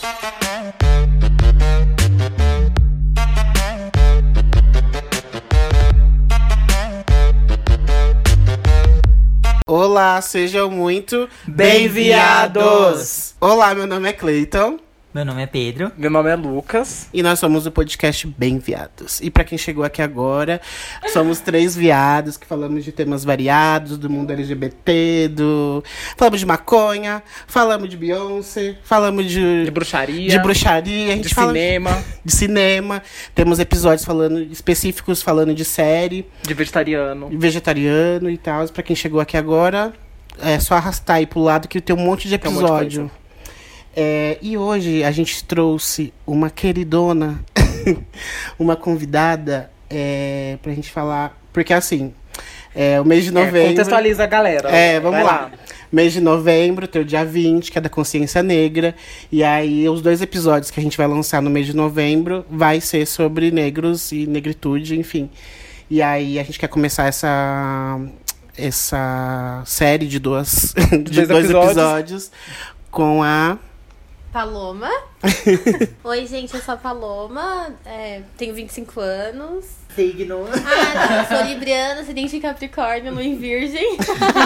Olá, sejam muito bem-vindos! Olá, meu nome é Cleiton. Meu nome é Pedro. Meu nome é Lucas. E nós somos o podcast Bem Viados. E pra quem chegou aqui agora, somos 3 viados que falamos de temas variados, do mundo LGBT, falamos de maconha, falamos de Beyoncé, falamos de bruxaria. A gente fala cinema. De cinema. Temos episódios específicos falando de série. De vegetariano. De vegetariano e tal. Pra quem chegou aqui agora, é só arrastar aí pro lado que tem um monte de episódio. E hoje a gente trouxe uma queridona, uma convidada, pra gente falar. Porque assim, o mês de novembro. Contextualiza a galera. Vamos lá. Mês de novembro, tem o dia 20, que é da Consciência Negra. E aí, os 2 episódios que a gente vai lançar no mês de novembro vai ser sobre negros e negritude, enfim. E aí, a gente quer começar essa série de dois episódios com a Paloma. Oi, gente, eu sou a Paloma, tenho 25 anos. Signo. Sou libriana, acidente em Capricórnio, lua em Virgem.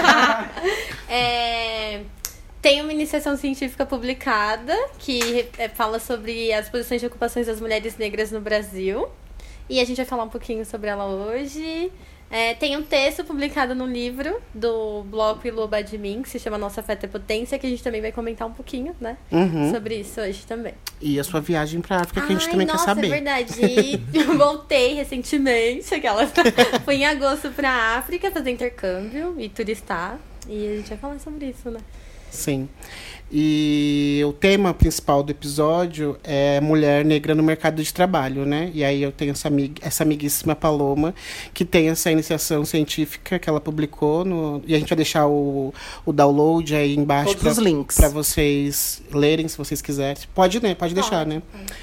Tenho uma iniciação científica publicada que fala sobre as posições de ocupações das mulheres negras no Brasil. E a gente vai falar um pouquinho sobre ela hoje. Tem um texto publicado no livro do Bloco e Loba de Mim, que se chama Nossa Afeto é Potência, que a gente também vai comentar um pouquinho, né? Sobre isso hoje também. E a sua viagem pra África, que a gente também quer saber. É verdade. Eu voltei recentemente. Fui em agosto pra África fazer intercâmbio e turistar. E a gente vai falar sobre isso, né? Sim. E o tema principal do episódio é mulher negra no mercado de trabalho, né? E aí eu tenho essa amiguíssima Paloma, que tem essa iniciação científica que ela publicou e a gente vai deixar o download aí embaixo. Todos os links. Pra vocês lerem, se vocês quiserem. Pode, né? Pode deixar, né?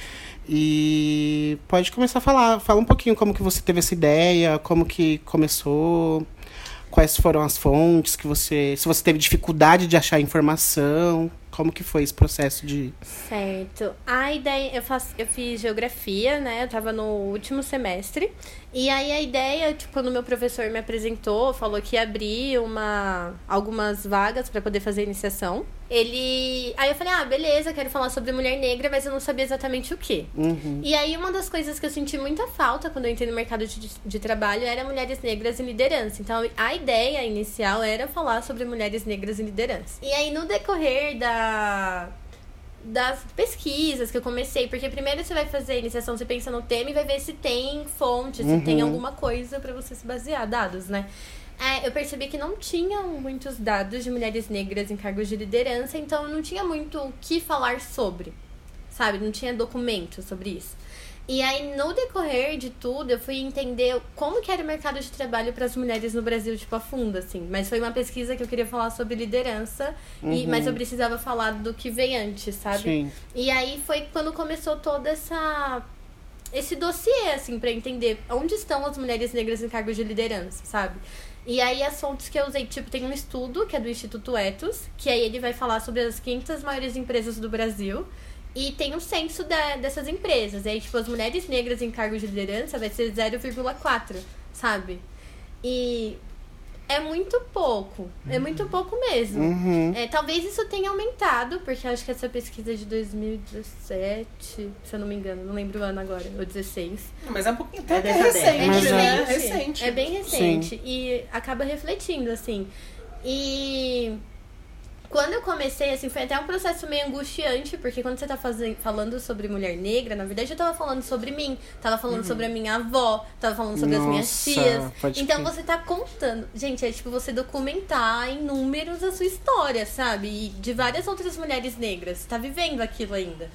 E pode começar a falar. Fala um pouquinho como que você teve essa ideia, como que começou. Quais foram as fontes se você teve dificuldade de achar informação, como que foi esse processo de... Certo. A ideia, eu fiz geografia, né? Eu tava no último semestre. E aí a ideia, quando o meu professor me apresentou, falou que ia abrir algumas vagas para poder fazer a iniciação. Aí eu falei, beleza, quero falar sobre mulher negra, mas eu não sabia exatamente o quê. E aí uma das coisas que eu senti muita falta quando eu entrei no mercado de trabalho era mulheres negras em liderança. Então a ideia inicial era falar sobre mulheres negras em liderança. E aí no decorrer das pesquisas que eu comecei, porque primeiro você vai fazer a iniciação, você pensa no tema e vai ver se tem fonte, se tem alguma coisa pra você se basear, dados, né? Eu percebi que não tinham muitos dados de mulheres negras em cargos de liderança, então não tinha muito o que falar sobre, sabe? Não tinha documento sobre isso. E aí, no decorrer de tudo, eu fui entender como que era o mercado de trabalho para as mulheres no Brasil, a fundo, assim. Mas foi uma pesquisa que eu queria falar sobre liderança, mas eu precisava falar do que vem antes, sabe? Sim. E aí foi quando começou todo esse dossiê, assim, para entender onde estão as mulheres negras em cargos de liderança, sabe? E aí as fontes que eu usei, tem um estudo que é do Instituto Etos, que aí ele vai falar sobre as 500 maiores empresas do Brasil. E tem um censo dessas empresas. E aí, as mulheres negras em cargos de liderança vai ser 0,4, sabe? E é muito pouco. É muito pouco mesmo. Talvez isso tenha aumentado, porque eu acho que essa pesquisa é de 2017, se eu não me engano. Não lembro o ano agora, ou 16. Mas é um pouquinho até recente, né? É bem recente. Sim. E acaba refletindo, assim. E... quando eu comecei, assim, foi até um processo meio angustiante, porque quando você tá falando sobre mulher negra, na verdade eu tava falando sobre mim, tava falando sobre a minha avó, tava falando sobre as minhas tias. Então você tá contando. Gente, você documentar em números a sua história, sabe? E de várias outras mulheres negras. Você tá vivendo aquilo ainda.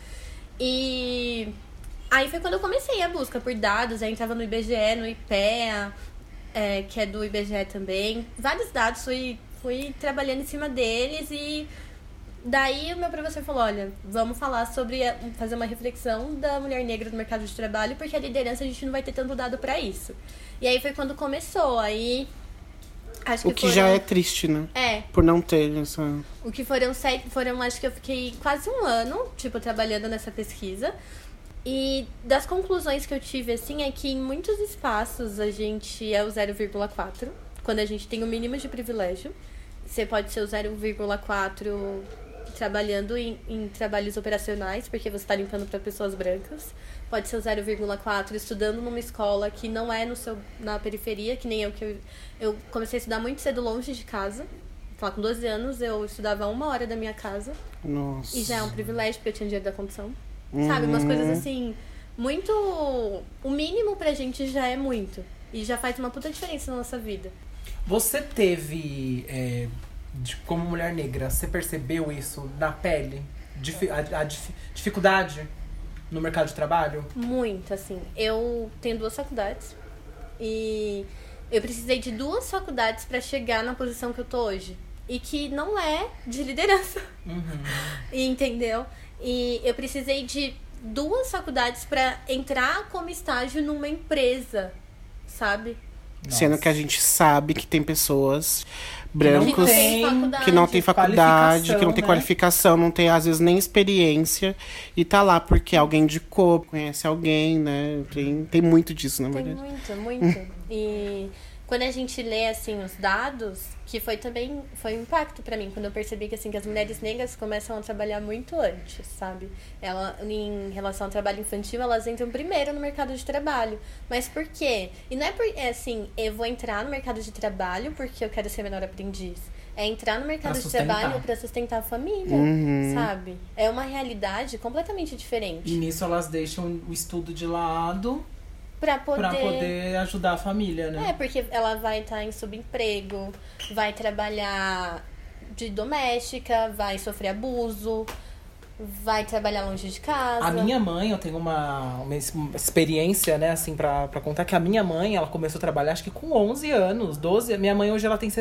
E aí foi quando eu comecei a busca por dados, aí entrava no IBGE, no IPEA, que é do IBGE também. Vários dados, fui trabalhando em cima deles e daí o meu professor falou, olha, vamos falar sobre fazer uma reflexão da mulher negra no mercado de trabalho, porque a liderança a gente não vai ter tanto dado pra isso. E aí foi quando começou, aí Acho O que já é triste, né? É, Por não ter essa... o que foram, acho que eu fiquei quase um ano, tipo, trabalhando nessa pesquisa. E das conclusões que eu tive, assim, é que em muitos espaços a gente é o 0,4, quando a gente tem o mínimo de privilégio. Você pode ser o 0,4 trabalhando em trabalhos operacionais, porque você está limpando para pessoas brancas. Pode ser o 0,4 estudando numa escola que não é na periferia, que nem eu, eu comecei a estudar muito cedo longe de casa. Lá com 12 anos eu estudava 1 hora da minha casa. Nossa. E já é um privilégio, porque eu tinha dinheiro da condição. Sabe? Umas coisas assim, muito... O mínimo pra gente já é muito. E já faz uma puta diferença na nossa vida. Você teve, como mulher negra, você percebeu isso na pele? Dificuldade no mercado de trabalho? Muito, assim. Eu tenho 2 faculdades. E eu precisei de 2 faculdades pra chegar na posição que eu tô hoje. E que não é de liderança. Entendeu? E eu precisei de 2 faculdades pra entrar como estágio numa empresa, sabe? Sendo que a gente sabe que tem pessoas brancos Que não tem faculdade, que não tem né? qualificação, não tem às vezes nem experiência e tá lá porque alguém indicou, conhece alguém, né? Tem muito disso, na Tem verdade. muito. E quando a gente lê, assim, os dados, que foi um impacto pra mim, quando eu percebi que, assim, que as mulheres negras começam a trabalhar muito antes, sabe? Em relação ao trabalho infantil, elas entram primeiro no mercado de trabalho. Mas por quê? E não é assim, eu vou entrar no mercado de trabalho porque eu quero ser menor aprendiz. É entrar no mercado de trabalho pra sustentar a família, sabe? É uma realidade completamente diferente. E nisso elas deixam o estudo de lado Pra pra poder ajudar a família, né? É, porque ela vai estar em subemprego, vai trabalhar de doméstica, vai sofrer abuso, vai trabalhar longe de casa. A minha mãe, eu tenho uma experiência, né, assim, pra contar que a minha mãe, ela começou a trabalhar acho que com 11 anos, 12. Minha mãe hoje ela tem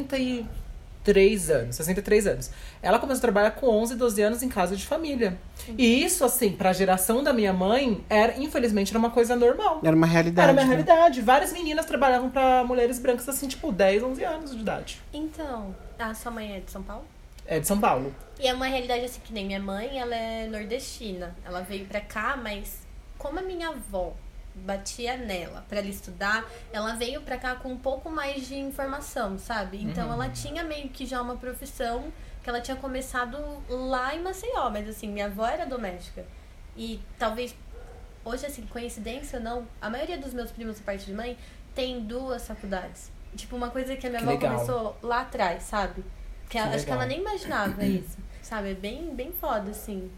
63 anos. Ela começou a trabalhar com 11, 12 anos em casa de família. E isso, assim, pra geração da minha mãe, infelizmente, era uma coisa normal. Era uma realidade. Era uma né? realidade. Várias meninas trabalhavam pra mulheres brancas, assim, tipo, 10, 11 anos de idade. Então, a sua mãe é de São Paulo? É de São Paulo. E é uma realidade assim que nem minha mãe, ela é nordestina. Ela veio pra cá, mas como a minha avó batia nela pra ela estudar, ela veio pra cá com um pouco mais de informação, sabe? Então ela tinha meio que já uma profissão que ela tinha começado lá em Maceió, mas assim, minha avó era doméstica. E talvez hoje, assim, coincidência ou não, a maioria dos meus primos de parte de mãe tem 2 faculdades. Tipo, uma coisa que a minha avó começou lá atrás, sabe? Acho que ela nem imaginava isso, sabe? É bem, bem foda, assim.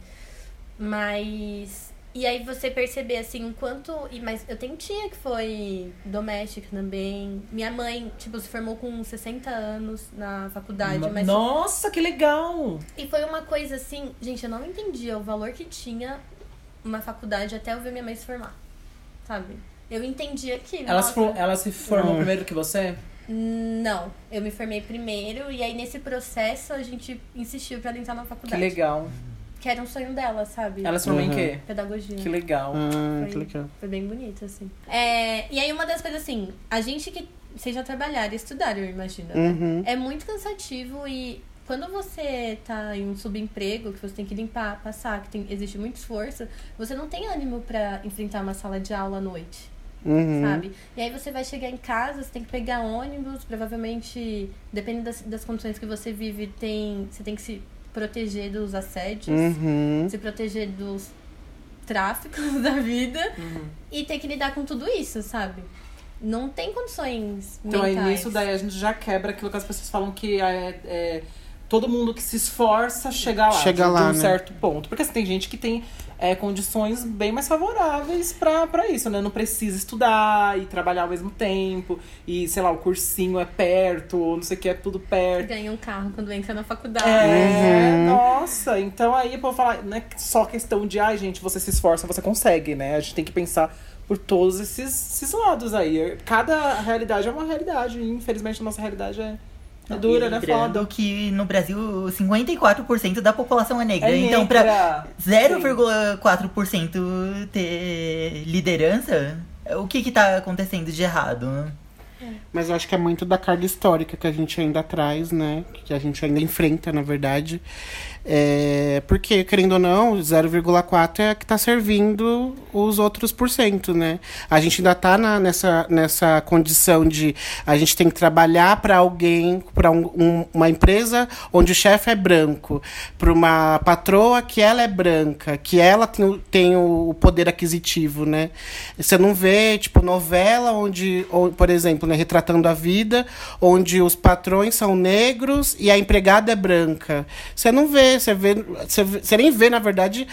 Mas... E aí você perceber, assim, o quanto... Mas eu tenho tia que foi doméstica também. Minha mãe, tipo, se formou com 60 anos na faculdade. Mas... Nossa, que legal! E foi uma coisa, assim... Gente, eu não entendia o valor que tinha uma faculdade até eu ver minha mãe se formar, sabe? Eu entendi aqui, Ela se formou primeiro que você? Não, eu me formei primeiro. E aí, nesse processo, a gente insistiu pra ela entrar na Que faculdade. legal. Que era um sonho dela, sabe? Ela se formou em quê? Pedagogia. Que legal. Que legal. Foi bem bonito, assim. E aí, uma das coisas, assim, a gente que seja trabalhar e estudar, eu imagino, né? É muito cansativo e quando você tá em um subemprego, que você tem que limpar, passar, que existe muito esforço, você não tem ânimo pra enfrentar uma sala de aula à noite. Sabe? E aí você vai chegar em casa, você tem que pegar ônibus, provavelmente, dependendo das condições que você vive, você tem que se proteger dos assédios, se proteger dos tráficos da vida e ter que lidar com tudo isso, sabe? Não tem condições Então mentais. aí nisso daí a gente já quebra aquilo que as pessoas falam que todo mundo que se esforça chega lá, de um certo ponto. Porque assim, tem gente que tem condições bem mais favoráveis pra isso, né? Não precisa estudar e trabalhar ao mesmo tempo. E, sei lá, o cursinho é perto, ou não sei o que, é tudo perto. Ganha um carro quando entra na faculdade. Nossa. Então aí, pra eu falar, não é só questão de, gente, você se esforça, você consegue, né? A gente tem que pensar por todos esses lados aí. Cada realidade é uma realidade. E, infelizmente, a nossa realidade é dura, né? Foda. Que no Brasil 54% da população é negra. Então, pra 0,4% ter liderança, o que tá acontecendo de errado? Mas eu acho que é muito da carga histórica que a gente ainda traz, né? Que a gente ainda enfrenta, na verdade. Porque, querendo ou não, 0,4 é a que está servindo os outros %, né? A gente ainda está nessa condição de a gente tem que trabalhar para alguém, para uma empresa onde o chefe é branco, para uma patroa que ela é branca, que ela tem o poder aquisitivo, né? Você não vê, tipo, novela onde por exemplo, né, retratando a vida, onde os patrões são negros e a empregada é branca. Você não vê, você nem vê, na verdade,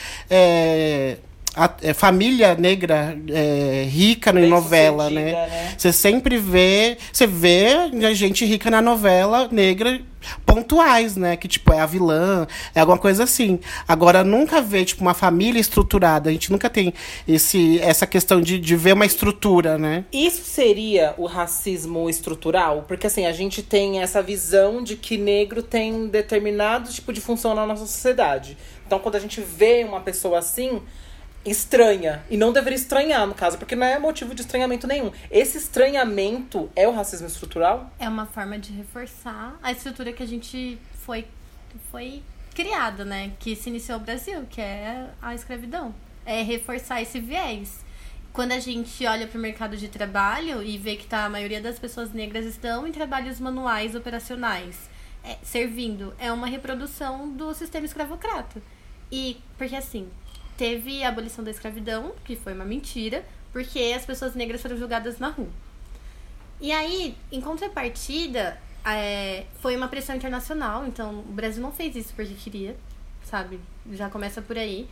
família negra rica em novela, né? Você sempre vê a gente rica na novela negra pontuais, né? Que, tipo, é a vilã, é alguma coisa assim. Agora, nunca vê, tipo, uma família estruturada. A gente nunca tem essa questão de ver uma estrutura, né? Isso seria o racismo estrutural? Porque, assim, a gente tem essa visão de que negro tem determinado tipo de função na nossa sociedade. Então, quando a gente vê uma pessoa assim, estranha. E não deveria estranhar, no caso, porque não é motivo de estranhamento nenhum. Esse estranhamento é o racismo estrutural? É uma forma de reforçar a estrutura que a gente foi criada, né? Que se iniciou no Brasil, que é a escravidão. É reforçar esse viés. Quando a gente olha para o mercado de trabalho e vê que a maioria das pessoas negras estão em trabalhos manuais operacionais, servindo, é uma reprodução do sistema escravocrata. E, porque assim, teve a abolição da escravidão, que foi uma mentira, porque as pessoas negras foram julgadas na rua. E aí, em contrapartida, foi uma pressão internacional, então o Brasil não fez isso porque queria, sabe? Já começa por aí.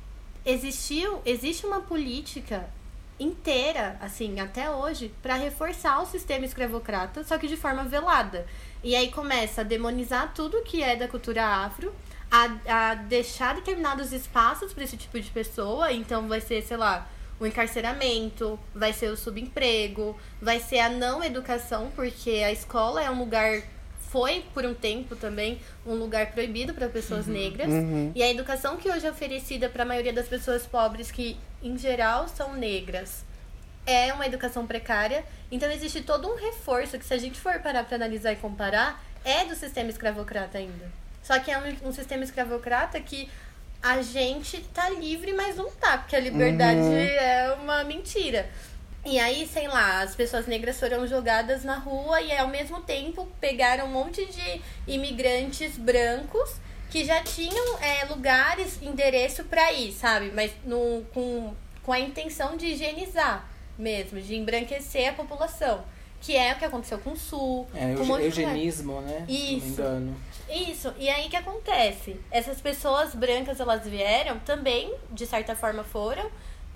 Existe uma política inteira, assim, até hoje, para reforçar o sistema escravocrata, só que de forma velada. E aí começa a demonizar tudo que é da cultura afro, a deixar determinados espaços para esse tipo de pessoa. Então vai ser, sei lá, o encarceramento, vai ser o subemprego, vai ser a não educação, porque a escola é um lugar, foi por um tempo também, um lugar proibido para pessoas negras. E a educação que hoje é oferecida para a maioria das pessoas pobres, que em geral são negras, é uma educação precária. Então existe todo um reforço que, se a gente for parar para analisar e comparar, é do sistema escravocrata ainda. Só que é um sistema escravocrata que a gente tá livre, mas não tá, porque a liberdade é uma mentira. E aí, sei lá, as pessoas negras foram jogadas na rua e, ao mesmo tempo, pegaram um monte de imigrantes brancos que já tinham lugares, endereço pra ir, sabe? Mas com a intenção de higienizar mesmo, de embranquecer a população. Que é o que aconteceu com o Sul. Com eugenismo, né? Isso. Se não me engano. Isso. E aí, o que acontece? Essas pessoas brancas, elas vieram também, de certa forma foram,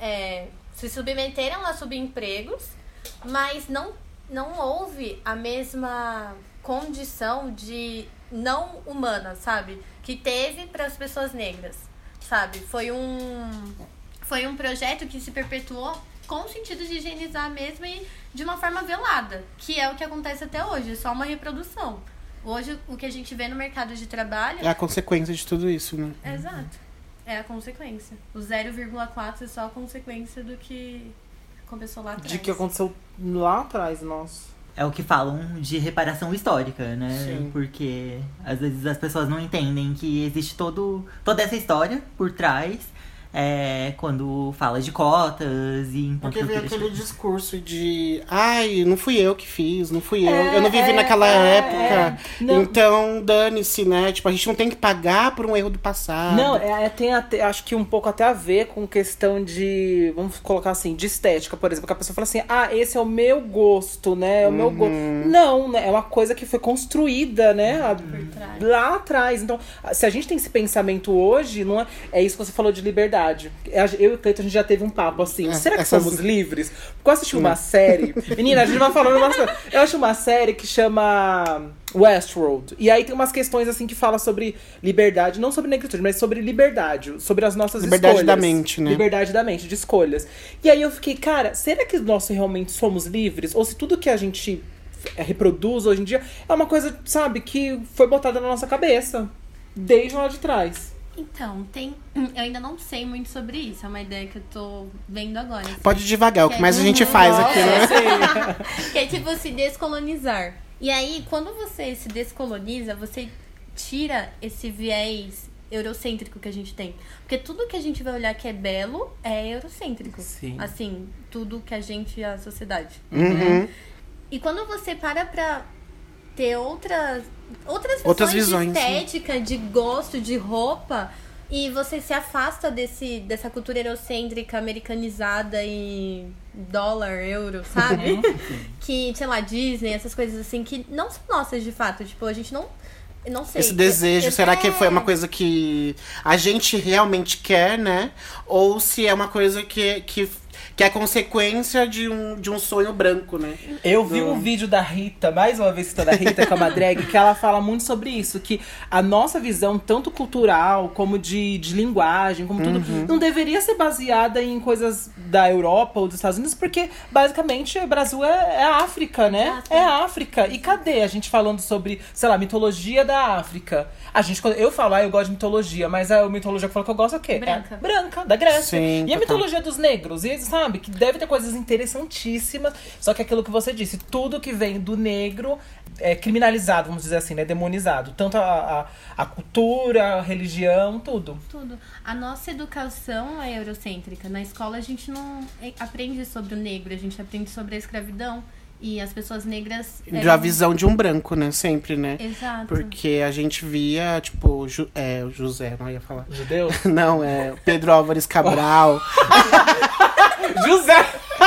se submeteram a subempregos, mas não houve a mesma condição de não humana, sabe? Que teve para as pessoas negras, sabe? Foi um projeto que se perpetuou com o sentido de higienizar mesmo e de uma forma velada, que é o que acontece até hoje, só uma reprodução. Hoje, o que a gente vê no mercado de trabalho... É a consequência de tudo isso, né? Exato. É a consequência. O 0,4 é só a consequência do que começou lá atrás. De que aconteceu lá atrás, nossa. É o que falam de reparação histórica, né? Sim. Porque às vezes as pessoas não entendem que existe toda essa história por trás. Quando fala de cotas e... Porque veio aquele discurso de... Ai, não fui eu que fiz, não fui eu não vivi naquela época. Então, dane-se, né? Tipo, a gente não tem que pagar por um erro do passado. Não, tem até, acho que um pouco até a ver com questão de... Vamos colocar assim, de estética, por exemplo. Que a pessoa fala assim, esse é o meu gosto, né? É o meu gosto. Não, né? É uma coisa que foi construída, né? Lá atrás. Então, se a gente tem esse pensamento hoje, não é isso que você falou de liberdade. Eu e o Cleiton, a gente já teve um papo assim. Será que somos livres? Porque eu assisti uma série. Menina, a gente vai falando eu acho uma série que chama Westworld. E aí tem umas questões assim que fala sobre liberdade, não sobre negritude, mas sobre liberdade, sobre as nossas liberdade escolhas. Da mente, né? Liberdade da mente, de escolhas. E aí eu fiquei, cara, será que nós realmente somos livres? Ou se tudo que a gente reproduz hoje em dia é uma coisa, sabe, que foi botada na nossa cabeça desde lá de trás. Então, eu ainda não sei muito sobre isso. É uma ideia que eu tô vendo agora. Assim. Pode devagar, o que mais a gente faz aqui, né? Que é tipo se descolonizar. E aí, quando você se descoloniza, você tira esse viés eurocêntrico que a gente tem. Porque tudo que a gente vai olhar que é belo é eurocêntrico. Sim. Assim, tudo que a sociedade. Uhum. Né? E quando você para pra ter outras visões, de estética, de gosto, de roupa, e você se afasta dessa cultura eurocêntrica, americanizada e dólar, euro, sabe? Que, sei lá, Disney, essas coisas assim, que não são nossas de fato. Tipo, a gente não sei. Esse desejo, será que foi uma coisa que a gente realmente quer, né? Ou se é uma coisa que é consequência de um sonho branco, né? Eu vi um vídeo da Rita, mais uma vez citando a Rita, que é uma drag, que ela fala muito sobre isso. Que a nossa visão, tanto cultural, como de linguagem, como tudo, não deveria ser baseada em coisas da Europa ou dos Estados Unidos, porque, basicamente, o Brasil é a África, né? É a África. E cadê a gente falando sobre, sei lá, mitologia da África? Eu falo, eu gosto de mitologia, mas a mitologia que eu falo que eu gosto é o quê? Branca. É branca, da Grécia. Sim, e a total. mitologia dos negros, e sabe? Que deve ter coisas interessantíssimas. Só que aquilo que você disse, tudo que vem do negro é criminalizado, vamos dizer assim, né? Demonizado. Tanto a cultura, a religião, tudo. Tudo. A nossa educação é eurocêntrica. Na escola a gente não aprende sobre o negro, a gente aprende sobre a escravidão. E as pessoas negras... Da visão de um branco, né? Sempre, né? Exato. Porque a gente via, tipo, o José, não ia falar. Judeu? Não, Pedro Álvares Cabral. José!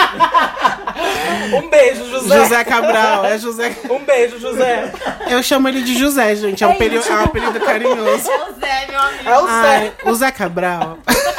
Um beijo, José! José Cabral, José. Um beijo, José! Eu chamo ele de José, gente. É um apelido carinhoso. É o Zé, meu amigo. É o Zé! O Zé Cabral.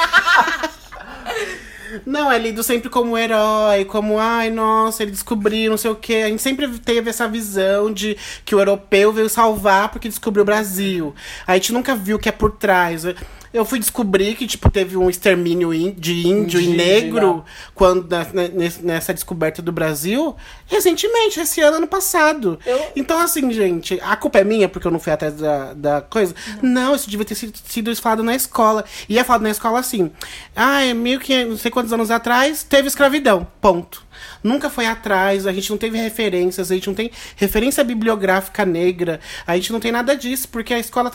Não, é lido sempre como herói, como, ai, nossa, ele descobriu, não sei o quê. A gente sempre teve essa visão de que o europeu veio salvar porque descobriu o Brasil. A gente nunca viu o que é por trás. Eu fui descobrir que, tipo, teve um extermínio de índio e negro quando, nessa descoberta do Brasil, recentemente, esse ano passado. Então, assim, gente, a culpa é minha porque eu não fui atrás da coisa? Não, isso devia ter sido falado na escola. E é falado na escola assim, não sei quantos anos atrás, teve escravidão, ponto. Nunca foi atrás, a gente não teve referências, a gente não tem referência bibliográfica negra, a gente não tem nada disso, porque a escola,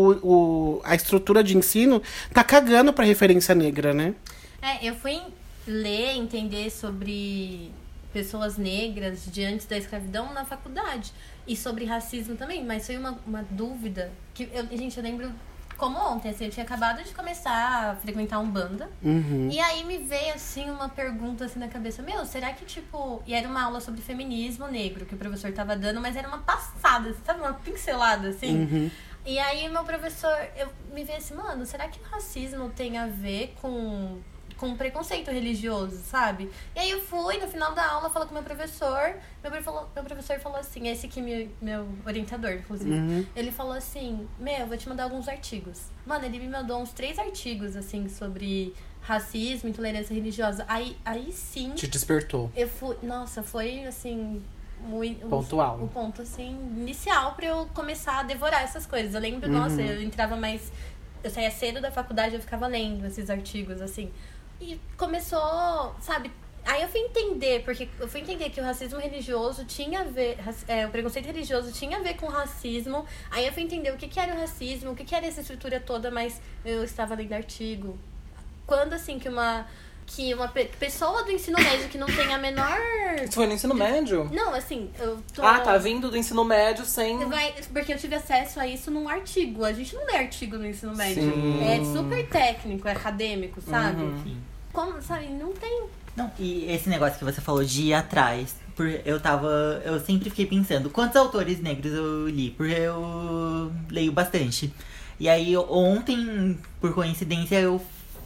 a estrutura de ensino tá cagando pra referência negra, né? Eu fui ler, entender sobre pessoas negras diante da escravidão na faculdade. E sobre racismo também, mas foi uma dúvida que, eu lembro como ontem, assim, eu tinha acabado de começar a frequentar Umbanda. E aí me veio, assim, uma pergunta, assim, na cabeça. Será que, tipo... E era uma aula sobre feminismo negro que o professor tava dando, mas era uma passada, sabe? Uma pincelada, assim. E aí meu professor... me veio assim, será que o racismo tem a ver com preconceito religioso, sabe? E aí eu fui, no final da aula, falar com o meu professor. Meu professor falou assim, esse aqui, meu orientador, inclusive. Ele falou assim, eu vou te mandar alguns artigos. Mano, ele me mandou uns 3 artigos, assim, sobre racismo, intolerância religiosa. Aí sim... Te despertou. Eu fui... Nossa, foi, assim... muito pontual. O ponto, assim, inicial pra eu começar a devorar essas coisas. Eu lembro, nossa, eu entrava mais... Eu saía cedo da faculdade, eu ficava lendo esses artigos, assim... E começou, sabe? Aí eu fui entender, que o racismo religioso tinha a ver... o preconceito religioso tinha a ver com o racismo. Aí eu fui entender o que era o racismo, o que era essa estrutura toda, mas eu estava lendo artigo. Quando, assim, que uma pessoa do ensino médio que não tem a menor... Isso foi no ensino médio? Não, assim, eu tô... tá vindo do ensino médio sem... Porque eu tive acesso a isso num artigo. A gente não lê artigo no ensino médio. Sim. É super técnico, é acadêmico, sabe? Como, sabe, não tem... Não, e esse negócio que você falou de ir atrás, eu sempre fiquei pensando, quantos autores negros eu li? Porque eu leio bastante. E aí, ontem, por coincidência, eu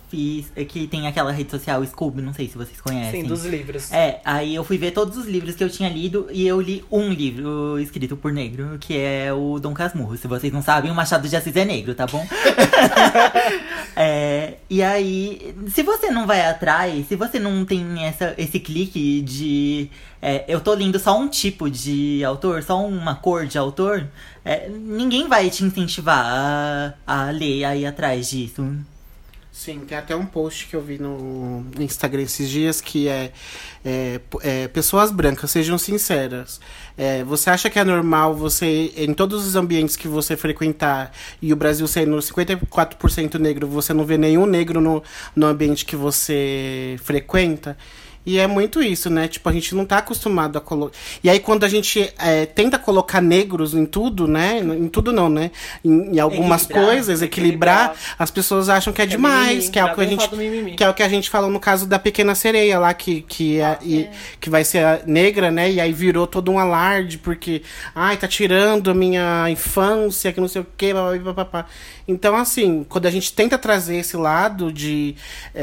fiz. Que tem aquela rede social Scoob, não sei se vocês conhecem. Sim, dos livros. Aí eu fui ver todos os livros que eu tinha lido e eu li um livro escrito por negro, que é o Dom Casmurro. Se vocês não sabem, o Machado de Assis é negro, tá bom? E aí, se você não vai atrás, se você não tem esse clique de... eu tô lendo só um tipo de autor, só uma cor de autor, ninguém vai te incentivar a ler aí atrás disso. Sim, tem até um post que eu vi no Instagram esses dias que pessoas brancas, sejam sinceras. Você acha que é normal você, em todos os ambientes que você frequentar, e o Brasil sendo 54% negro, você não vê nenhum negro no ambiente que você frequenta? E é muito isso, né? Tipo, a gente não tá acostumado a colocar... E aí, quando a gente tenta colocar negros em tudo, né? Em tudo não, né? Em algumas coisas, equilibrar, as pessoas acham que é demais. Mimimi, que é o que a gente... Que é o que a gente falou no caso da Pequena Sereia lá, que vai ser a negra, né? E aí virou todo um alarde, porque... Ai, tá tirando a minha infância, que não sei o quê, papapá. Então, assim, quando a gente tenta trazer esse lado de...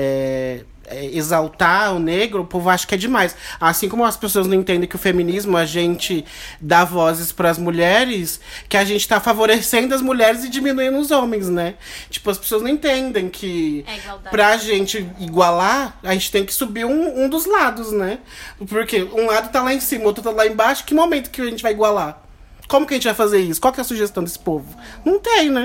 exaltar o negro, o povo acha que é demais. Assim como as pessoas não entendem que o feminismo, a gente dá vozes pras mulheres, que a gente tá favorecendo as mulheres e diminuindo os homens, né? Tipo, as pessoas não entendem que pra gente igualar, a gente tem que subir um dos lados, né? Porque um lado tá lá em cima, o outro tá lá embaixo. Que momento que a gente vai igualar? Como que a gente vai fazer isso? Qual que é a sugestão desse povo? Não tem, né?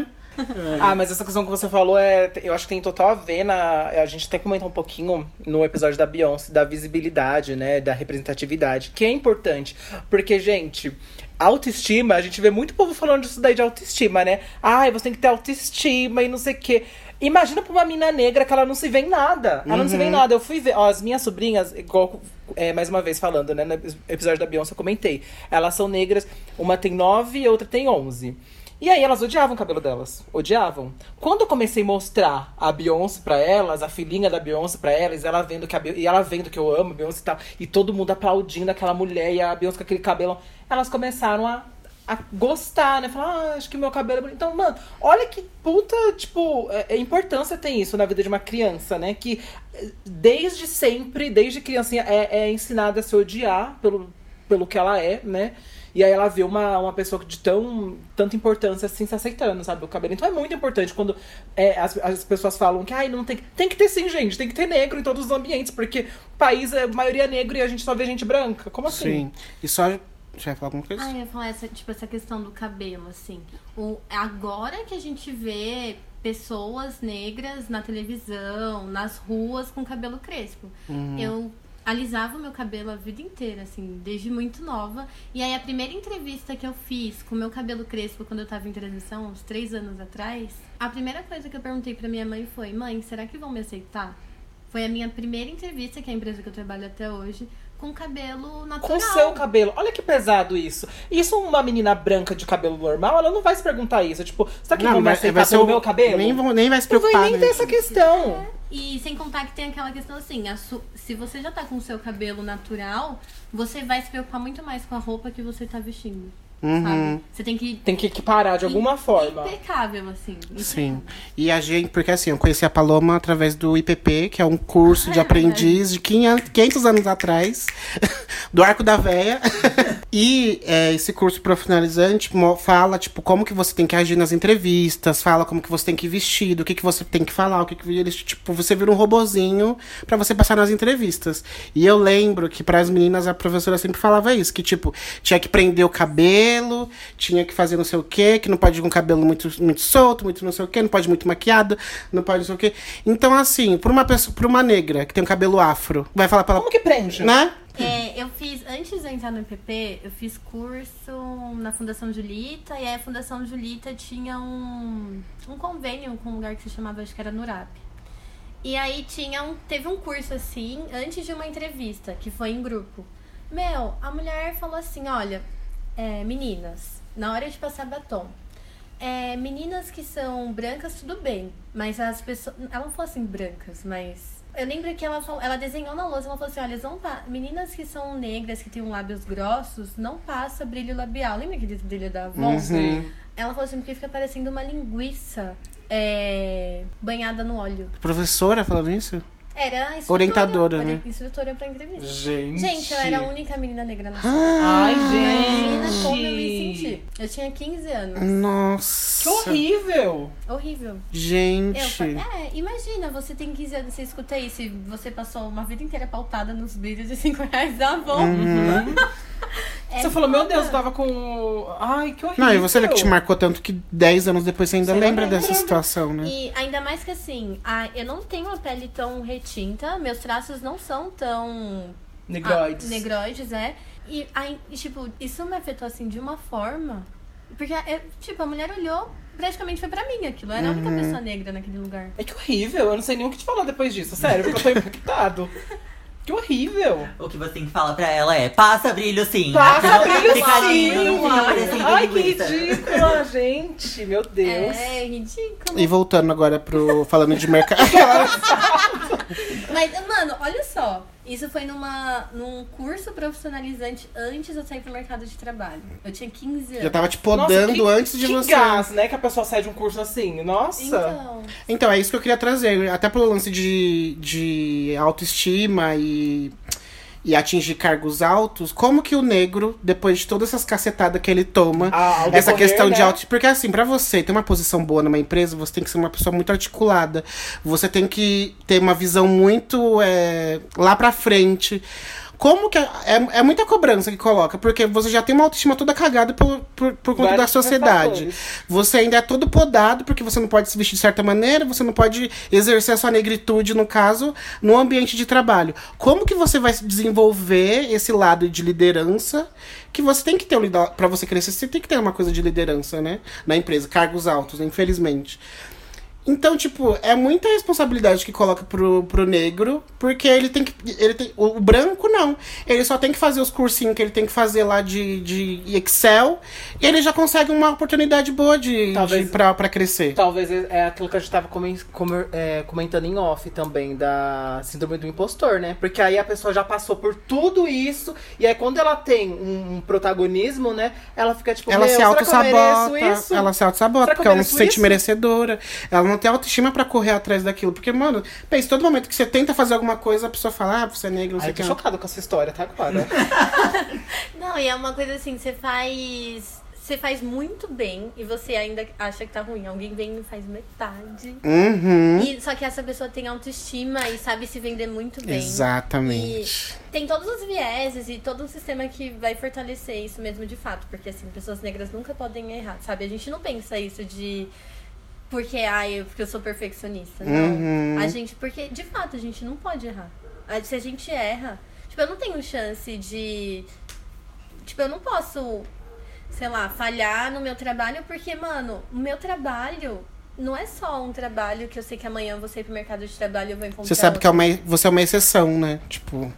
Mas essa questão que você falou, eu acho que tem total a ver a gente até comentar um pouquinho no episódio da Beyoncé, da visibilidade, né, da representatividade, que é importante, porque, gente, autoestima, a gente vê muito povo falando disso daí de autoestima, né? Você tem que ter autoestima e não sei o quê. Imagina pra uma mina negra que ela não se vê em nada. Ela não se vê em nada. Eu fui ver, as minhas sobrinhas, igual, mais uma vez falando, né, no episódio da Beyoncé eu comentei, elas são negras, uma tem 9 e outra tem 11. E aí elas odiavam o cabelo delas. Odiavam. Quando eu comecei a mostrar a Beyoncé pra elas, a filhinha da Beyoncé pra elas, ela vendo que eu amo a Beyoncé e tal, e todo mundo aplaudindo aquela mulher e a Beyoncé com aquele cabelo, elas começaram a gostar, né? Falar, acho que meu cabelo é bonito. Então, mano, olha que puta, tipo, importância tem isso na vida de uma criança, né? Que desde sempre, desde criancinha, é ensinada a se odiar pelo que ela é, né? E aí ela vê uma pessoa de tanta importância assim se aceitando, sabe? O cabelo. Então é muito importante quando as pessoas falam que não tem que ter sim, gente. Tem que ter negro em todos os ambientes. Porque o país é maioria negro e a gente só vê gente branca. Como assim? Sim. E só... Já ia falar alguma coisa? Eu ia falar essa questão do cabelo, assim. Agora que a gente vê pessoas negras na televisão, nas ruas com cabelo crespo. Eu alisava o meu cabelo a vida inteira, assim, desde muito nova. E aí, a primeira entrevista que eu fiz com o meu cabelo crespo, quando eu tava em transição, uns 3 anos atrás, a primeira coisa que eu perguntei pra minha mãe foi: mãe, será que vão me aceitar? Foi a minha primeira entrevista, que é a empresa que eu trabalho até hoje, com cabelo natural. Com seu cabelo. Olha que pesado isso. Isso uma menina branca de cabelo normal, ela não vai se perguntar isso. Tipo, será que vão me aceitar pelo meu cabelo? Nem vai se preocupar. Não vai nem ter essa questão. E sem contar que tem aquela questão assim, se você já tá com o seu cabelo natural, você vai se preocupar muito mais com a roupa que você tá vestindo. Sabe? Você tem que equiparar de alguma forma. Impecável, assim. Sim. E a gente, porque assim, eu conheci a Paloma através do IPP, que é um curso de aprendiz de 500 anos atrás, do Arco da Véia. E esse curso profissionalizante fala, tipo, como que você tem que agir nas entrevistas, fala como que você tem que vestir, do que você tem que falar, o que eles, tipo, você vira um robozinho pra você passar nas entrevistas. E eu lembro que pras meninas a professora sempre falava isso, que, tipo, tinha que prender o cabelo, tinha que fazer não sei o quê, que não pode ir com o cabelo muito, muito solto, muito não sei o quê, não pode ir muito maquiado, não pode não sei o quê. Então, assim, pra uma negra que tem um cabelo afro, vai falar pra ela... Como que prende? Né? Eu fiz, antes de eu entrar no IPP, eu fiz curso na Fundação Julita, e aí a Fundação Julita tinha um convênio com um lugar que se chamava, acho que era Nurap. E aí teve um curso assim, antes de uma entrevista, que foi em grupo. A mulher falou assim, olha, meninas, na hora de passar batom, meninas que são brancas, tudo bem, mas as pessoas, ela não falou assim brancas, mas... Eu lembro que ela desenhou na lousa, ela falou assim, olha, meninas que são negras, que têm lábios grossos, não passa brilho labial. Lembra aquele brilho da Avon? Uhum. Ela falou assim, porque fica parecendo uma linguiça. banhada no óleo. Professora falando isso? Era instrutora. Orientadora, né? Instrutora pra entrevista. Gente. Gente, eu era a única menina negra na sala. Ai, Imagina gente. como eu me senti. Eu tinha 15 anos. Nossa. Que horrível. Horrível. Gente. Imagina, você tem 15 anos, você escuta isso e você passou uma vida inteira pautada nos brilhos de R$5 da Avon. Você falou, meu Deus, eu tava com... Ai, que horrível. Não, e você vê que te marcou tanto que 10 anos depois você ainda Você lembra lembra. dessa situação, né? E ainda mais que assim, eu não tenho a pele tão retinta, meus traços não são tão... Negroides. Negroides, E aí, tipo, isso me afetou assim de uma forma. Porque, tipo, a mulher olhou, praticamente foi pra mim aquilo. Eu era a única pessoa negra naquele lugar. É que horrível, eu não sei nem o que te falar depois disso, sério, porque eu tô impactado. Que horrível. O que você tem que falar pra ela é: passa brilho sim. Passa brilho Fica sim. lindo, não fica parecendo Ai, que linguiça. ridícula, gente. Meu Deus. É ridículo. E voltando agora falando de mercado. Mas, mano, olha só. Isso foi num curso profissionalizante antes de eu sair pro mercado de trabalho. Eu tinha 15 anos. Já tava te podando Nossa, antes de que você. gás, né? Que a pessoa sai de um curso assim. Nossa. Então, É isso que eu queria trazer. Até pelo lance de autoestima e atingir cargos altos. Como que o negro, depois de todas essas cacetadas que ele toma, Ao essa decorrer, questão de né? auto... Porque assim, pra você ter uma posição boa numa empresa, você tem que ser uma pessoa muito articulada. Você tem que ter uma visão muito lá pra frente. Como que... É muita cobrança que coloca, porque você já tem uma autoestima toda cagada por conta da Vários sociedade. fatores. Você ainda é todo podado, porque você não pode se vestir de certa maneira, você não pode exercer a sua negritude, no caso, no ambiente de trabalho. Como que você vai desenvolver esse lado de liderança que você tem que ter para você crescer? Você tem que ter uma coisa de liderança, né? Na empresa, cargos altos, infelizmente. Então, tipo, é muita responsabilidade que coloca pro negro, porque o branco não. Ele só tem que fazer os cursinhos que ele tem que fazer lá de Excel, e ele já consegue uma oportunidade boa pra crescer. Talvez é aquilo que a gente tava comentando em off também, da síndrome do impostor, né? Porque aí a pessoa já passou por tudo isso, e aí quando ela tem um protagonismo, né? Ela fica tipo, Ela se auto-sabota, Será porque que eu ela não mereço se sente isso? merecedora. Ela não tem autoestima pra correr atrás daquilo. Porque, mano, pensa, todo momento que você tenta fazer alguma coisa, a pessoa fala, você é negro, não sei Ai, o eu tô que. chocado com essa história, tá agora? não, e é uma coisa assim, você faz muito bem e você ainda acha que tá ruim. Alguém vem e faz metade. Uhum. Só que essa pessoa tem autoestima e sabe se vender muito bem. Exatamente. E tem todos os vieses e todo o sistema que vai fortalecer isso mesmo de fato. Porque, assim, pessoas negras nunca podem errar, sabe? A gente não pensa isso de... Porque eu sou perfeccionista. Não. Porque, de fato, a gente não pode errar. Se a gente erra... Tipo, eu não tenho chance de... Tipo, eu não posso... sei lá, falhar no meu trabalho, porque, mano, o meu trabalho não é só um trabalho que eu sei que amanhã eu vou sair pro mercado de trabalho e eu vou encontrar. Você sabe que você é uma exceção, né? Tipo,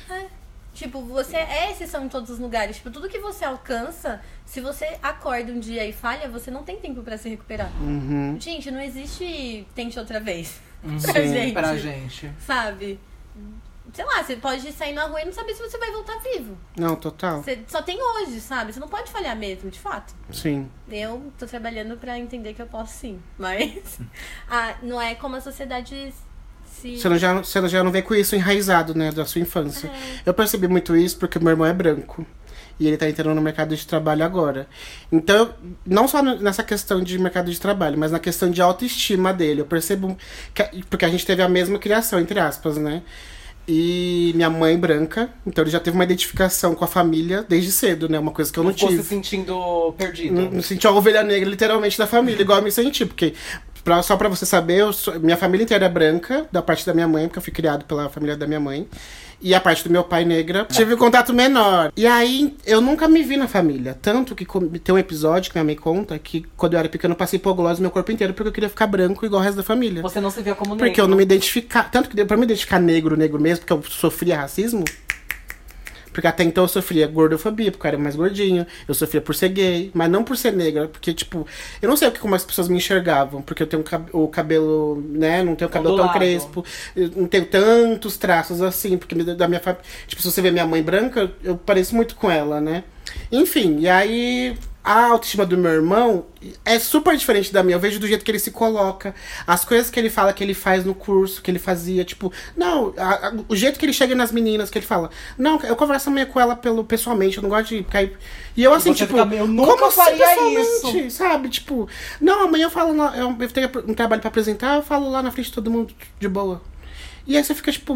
você é exceção em todos os lugares. Tipo, tudo que você alcança, se você acorda um dia e falha, você não tem tempo pra se recuperar. Gente, não existe tente outra vez. Pra gente. Sabe? Sei lá, você pode sair na rua e não saber se você vai voltar vivo. não, total. Você só tem hoje, sabe? Você não pode falhar mesmo, de fato. Sim. Eu tô trabalhando pra entender que eu posso sim. Mas não é como a sociedade se... Você já não vê com isso enraizado, né? Da sua infância. Eu percebi muito isso porque meu irmão é branco. E ele tá entrando no mercado de trabalho agora. Então, não só nessa questão de mercado de trabalho, mas na questão de autoestima dele. Eu percebo... porque a gente teve a mesma criação, entre aspas, né? E minha mãe branca, então ele já teve uma identificação com a família desde cedo, né? Uma coisa que eu não tive. Ficou se sentindo perdido. Não senti a ovelha negra, literalmente, da família, igual eu me senti. Porque, só pra você saber, minha família inteira é branca, da parte da minha mãe, porque eu fui criado pela família da minha mãe. E a parte do meu pai negra, tive um contato menor. E aí, eu nunca me vi na família. Tanto que tem um episódio que minha mãe conta que, quando eu era pequeno, eu passei hipoglose no meu corpo inteiro porque eu queria ficar branco igual o resto da família. Você não se via como negro. Porque eu não me identificava. Tanto que pra me identificar negro mesmo, porque eu sofria racismo. Porque até então eu sofria gordofobia, porque eu era mais gordinho. Eu sofria por ser gay, mas não por ser negra. Porque, tipo, eu não sei como as pessoas me enxergavam. Porque eu tenho o cabelo, né? Não tenho o cabelo tão crespo. Eu não tenho tantos traços assim. Porque da minha família... Tipo, se você vê minha mãe branca, eu pareço muito com ela, né? Enfim, e aí... a autoestima do meu irmão é super diferente da minha. Eu vejo do jeito que ele se coloca, as coisas que ele fala que ele faz no curso, que ele fazia, tipo... Não, o jeito que ele chega nas meninas, que ele fala... Não, eu converso amanhã com ela pessoalmente, eu não gosto de cair... E eu assim, Você tipo... fica, eu nunca como assim, faria pessoalmente, isso? sabe? Tipo... Não, amanhã eu falo... Eu tenho um trabalho pra apresentar, eu falo lá na frente de todo mundo de boa. E aí você fica, tipo...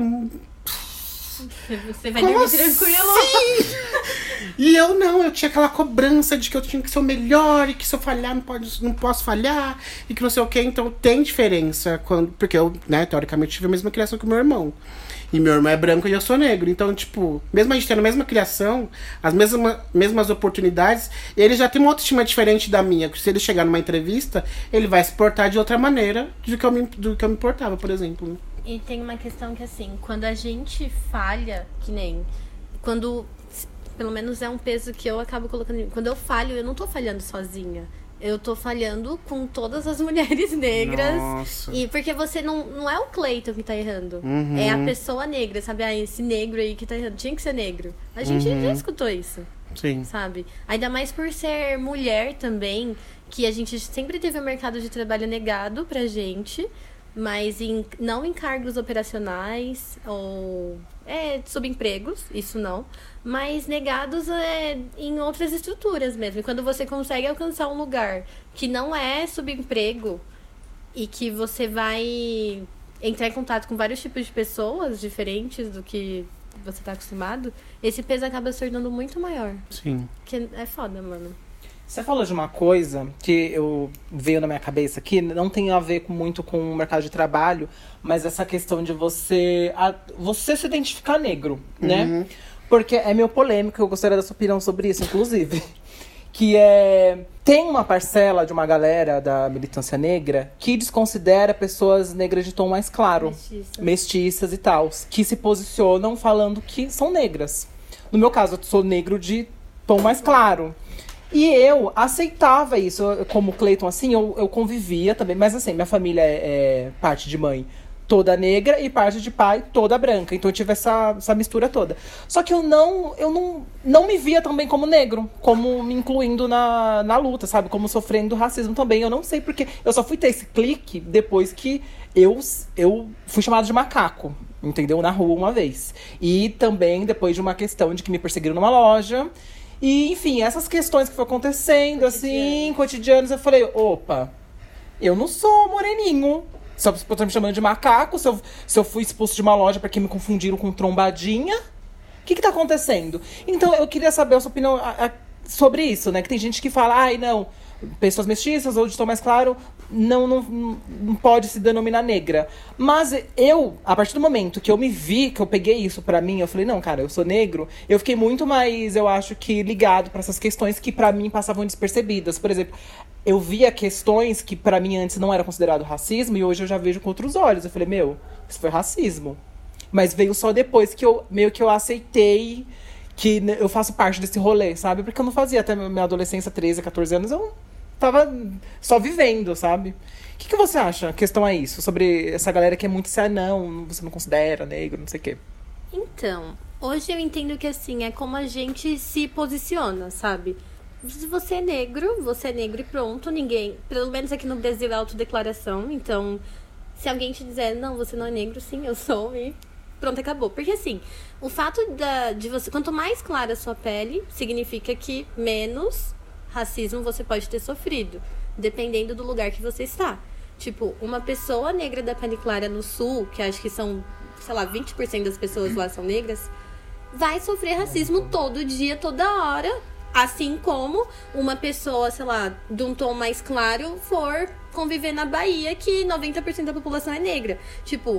Você vai Como dormir assim? tranquilo. E eu tinha aquela cobrança de que eu tinha que ser o melhor e que se eu falhar não posso falhar e que não sei o que. Então tem diferença porque eu, né, teoricamente tive a mesma criação que o meu irmão. E meu irmão é branco e eu sou negro. Então, tipo, mesmo a gente tendo a mesma criação, as mesmas oportunidades, ele já tem uma autoestima diferente da minha. Se ele chegar numa entrevista, ele vai se portar de outra maneira do que eu me portava, por exemplo. E tem uma questão que, assim, quando a gente falha, que nem... Quando... Pelo menos é um peso que eu acabo colocando... Quando eu falho, eu não tô falhando sozinha. Eu tô falhando com todas as mulheres negras. Nossa. E porque você não é o Cleiton que tá errando. Uhum. É a pessoa negra, sabe? Ah, esse negro aí que tá errando. Tinha que ser negro. A gente já escutou isso. Sim. Sabe? Ainda mais por ser mulher também, que a gente sempre teve o mercado de trabalho negado pra gente, mas não em cargos operacionais ou subempregos, isso não, mas negados em outras estruturas mesmo. E quando você consegue alcançar um lugar que não é subemprego e que você vai entrar em contato com vários tipos de pessoas diferentes do que você tá acostumado, esse peso acaba se tornando muito maior. Sim. Que é foda, mano. Você falou de uma coisa que veio na minha cabeça aqui, não tem a ver muito com o mercado de trabalho, mas essa questão de você se identificar negro, né? Porque é meio polêmico, eu gostaria da sua opinião sobre isso, inclusive. Que tem uma parcela de uma galera da militância negra que desconsidera pessoas negras de tom mais claro, mestiças e tal, que se posicionam falando que são negras. No meu caso, eu sou negro de tom mais claro. E eu aceitava isso, como o Cleiton, assim, eu convivia também. Mas assim, minha família é parte de mãe toda negra e parte de pai toda branca. Então eu tive essa mistura toda. Só que eu não me via também como negro, como me incluindo na luta, sabe? Como sofrendo racismo também. Eu não sei porque. Eu só fui ter esse clique depois que eu fui chamado de macaco, entendeu? Na rua uma vez. E também depois de uma questão de que me perseguiram numa loja. E, enfim, essas questões que foi acontecendo, assim, cotidianos, eu falei, opa, eu não sou moreninho. Só estão me chamando de macaco, se eu fui expulso de uma loja porque me confundiram com trombadinha. O que tá acontecendo? Então, eu queria saber a sua opinião sobre isso, né? Que tem gente que fala, ai, não, pessoas mestiças ou de tom mais claro não pode se denominar negra. Mas eu, a partir do momento que eu me vi, que eu peguei isso pra mim, eu falei, não, cara, eu sou negro, eu fiquei muito mais, eu acho que ligado pra essas questões que pra mim passavam despercebidas. Por exemplo, eu via questões que pra mim antes não era considerado racismo e hoje eu já vejo com outros olhos. Eu falei, isso foi racismo. Mas veio só depois que eu aceitei que eu faço parte desse rolê, sabe? Porque eu não fazia até minha adolescência, 13, 14 anos, eu tava só vivendo, sabe? O que você acha? A questão é isso, sobre essa galera que é muito não, você não considera negro, não sei o quê. Então, hoje eu entendo que, assim, é como a gente se posiciona, sabe? Se você é negro e pronto, ninguém... Pelo menos aqui no Brasil é autodeclaração, então... Se alguém te dizer, não, você não é negro, sim, eu sou, e pronto, acabou. Porque, assim, o fato de você... Quanto mais clara a sua pele, significa que menos racismo você pode ter sofrido, dependendo do lugar que você está. Tipo, uma pessoa negra da pele clara no sul, que acho que são, sei lá, 20% das pessoas lá são negras, vai sofrer racismo todo dia, toda hora, assim como uma pessoa, sei lá, de um tom mais claro for conviver na Bahia, que 90% da população é negra. Tipo,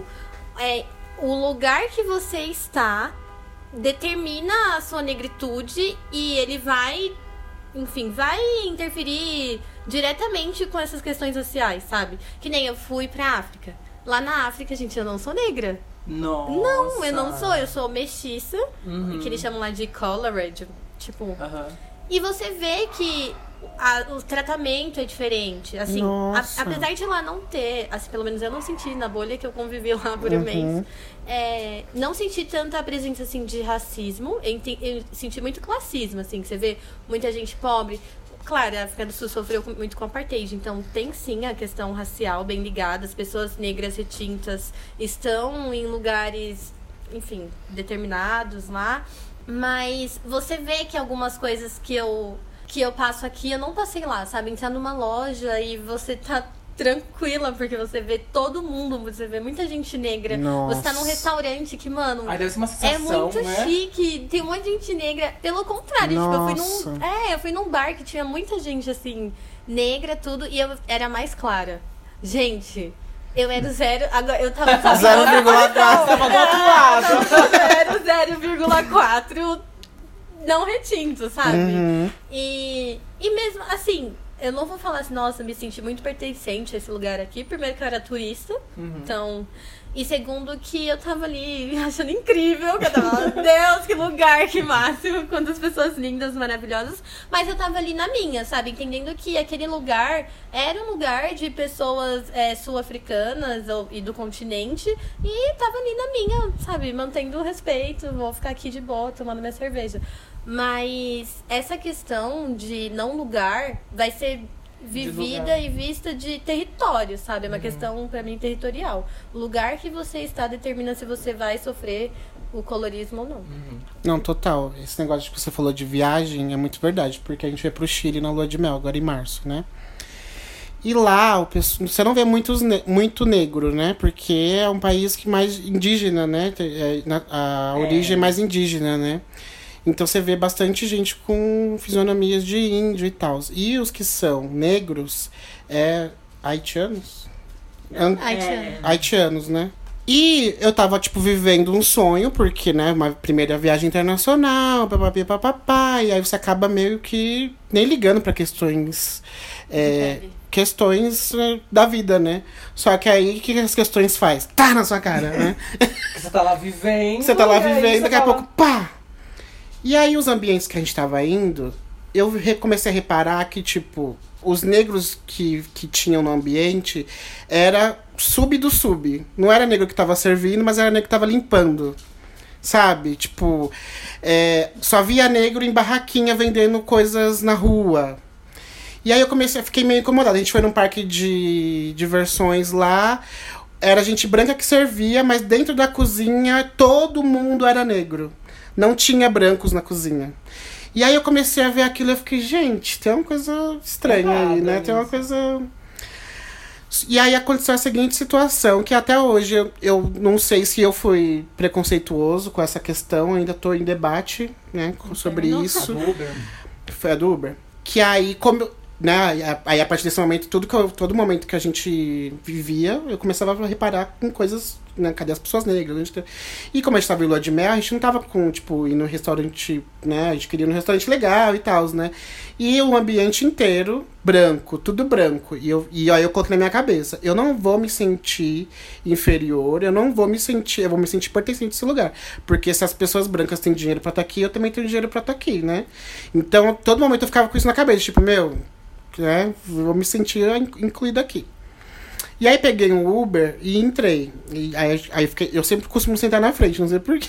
o lugar que você está determina a sua negritude e ele vai, enfim, vai interferir diretamente com essas questões sociais, sabe? Que nem eu fui pra África. Lá na África, gente, eu não sou negra. Nossa. Não, eu não sou. Eu sou mestiça, que eles chamam lá de colored, tipo... E você vê que o tratamento é diferente. Assim, apesar de lá não ter, assim, pelo menos eu não senti na bolha que eu convivi lá por um mês, não senti tanta presença, assim, de racismo. Eu senti muito classismo, assim, que você vê muita gente pobre. claro, a África do Sul sofreu muito com o apartheid, então tem sim a questão racial bem ligada. As pessoas negras retintas estão em lugares, enfim, determinados lá. Mas você vê que algumas coisas que eu passo aqui, eu não passei lá, sabe? Entrar numa loja e você tá tranquila, porque você vê todo mundo, você vê muita gente negra. Nossa. Você tá num restaurante que, mano, Aí deve ser uma sensação, é muito né? chique. Tem um monte de gente negra. Pelo contrário, tipo, Nossa. eu fui num bar que tinha muita gente, assim, negra, tudo, e eu era mais clara. Gente, eu era o zero. Agora eu tava 0,4. Tava do outro lado. 0,4 não retinto, sabe? Uhum. E mesmo assim, eu não vou falar assim, nossa, me senti muito pertencente a esse lugar aqui. Primeiro que eu era turista, então... E segundo que eu tava ali achando incrível, que eu tava, Deus, que lugar, que máximo, quantas pessoas lindas, maravilhosas. Mas eu tava ali na minha, sabe? Entendendo que aquele lugar era um lugar de pessoas sul-africanas e do continente. E tava ali na minha, sabe? Mantendo o respeito, vou ficar aqui de boa, tomando minha cerveja. Mas essa questão de não lugar vai ser vivida e vista de território, sabe? É uma questão, pra mim, territorial. O lugar que você está determina se você vai sofrer o colorismo ou não. Não, total. Esse negócio que você falou de viagem é muito verdade, porque a gente vai pro Chile na lua de mel, agora em março, né? E lá, você não vê muito negro, né? Porque é um país que mais indígena, né? A origem é mais indígena, né? Então você vê bastante gente com fisionomias de índio e tal. E os que são negros haitianos? Haitianos, né? E eu tava, tipo, vivendo um sonho, porque, né, uma primeira viagem internacional, papapá, e aí você acaba meio que nem ligando pra questões da vida, né? Só que aí, o que as questões faz? Tá na sua cara, né? Você tá lá vivendo. Daqui a pouco, pá! E aí, os ambientes que a gente tava indo, eu comecei a reparar que, tipo, os negros que tinham no ambiente era sub do sub. Não era negro que tava servindo, mas era negro que tava limpando. Sabe? Tipo, só via negro em barraquinha vendendo coisas na rua. E aí fiquei meio incomodada. A gente foi num parque de diversões lá. Era gente branca que servia, mas dentro da cozinha todo mundo era negro. Não tinha brancos na cozinha. E aí eu comecei a ver aquilo e eu fiquei, gente, tem uma coisa estranha aí, né? Tem uma coisa... E aí aconteceu a seguinte situação, que até hoje eu não sei se eu fui preconceituoso com essa questão, ainda tô em debate, né, sobre isso. Foi a do Uber. Que aí, né, aí a partir desse momento, todo momento que a gente vivia, eu começava a reparar com coisas, né, cadê as pessoas negras? E como a gente tava em lua de mel, a gente não tava com, tipo, ir no restaurante, né, a gente queria ir num restaurante legal e tal, né? E o ambiente inteiro branco, tudo branco. E aí eu coloquei na minha cabeça, eu não vou me sentir inferior, eu vou me sentir pertencente a esse lugar. Porque se as pessoas brancas têm dinheiro pra estar aqui, eu também tenho dinheiro pra estar aqui, né? Então, todo momento eu ficava com isso na cabeça, tipo, né, vou me sentir incluído aqui. E aí peguei um Uber e entrei. E aí eu sempre costumo sentar na frente, não sei porquê.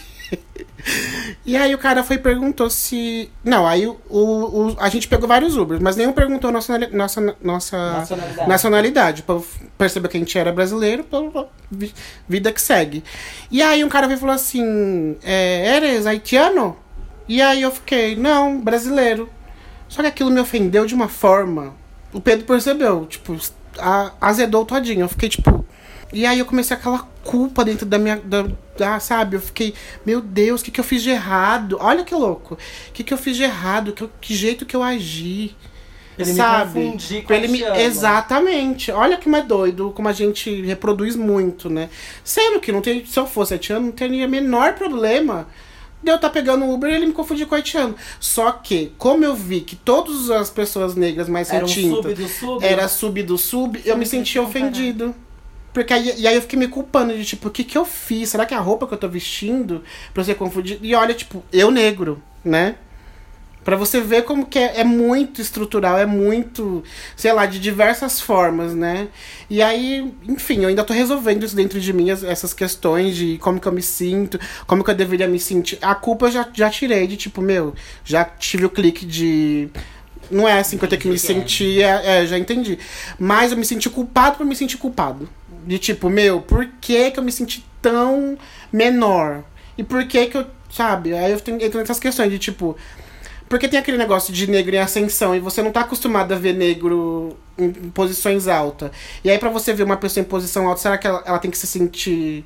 E aí o cara perguntou se... Não, aí a gente pegou vários Ubers, mas nenhum perguntou nossa nacionalidade. Pra perceber que a gente era brasileiro, vida que segue. E aí um cara veio e falou assim, eres haitiano? E aí eu fiquei, não, brasileiro. Só que aquilo me ofendeu de uma forma... O Pedro percebeu, tipo, azedou todinho. Eu fiquei, tipo... E aí eu comecei aquela culpa dentro da minha... sabe? Eu fiquei, meu Deus, o que eu fiz de errado? Olha que louco. O que eu fiz de errado? Que jeito que eu agi? Ele sabe? me confundir com haitiano. Exatamente. Olha que mais doido, como a gente reproduz muito, né? Sendo que se eu fosse haitiano, não teria o menor problema de eu estar pegando o Uber e ele me confundir com o haitiano. Só que, como eu vi que todas as pessoas negras mais retintas era sub do sub, eu me senti ofendido. Porque e aí eu fiquei me culpando de, tipo, o que eu fiz? Será que é a roupa que eu tô vestindo pra eu ser confundido? E olha, tipo, eu negro, né? Pra você ver como que é muito estrutural, é muito, sei lá, de diversas formas, né? E aí, enfim, eu ainda tô resolvendo isso dentro de mim, essas questões de como que eu me sinto, como que eu deveria me sentir. A culpa eu já tirei de, tipo, já tive o clique de... Não é assim que eu tenho que me sentir, já entendi. Mas eu me senti culpado por me sentir culpado. De tipo, por que que eu me senti tão menor? E por que que eu, sabe? Aí eu entro nessas questões de tipo... Porque tem aquele negócio de negro em ascensão e você não tá acostumado a ver negro em posições altas. E aí pra você ver uma pessoa em posição alta, será que ela tem que se sentir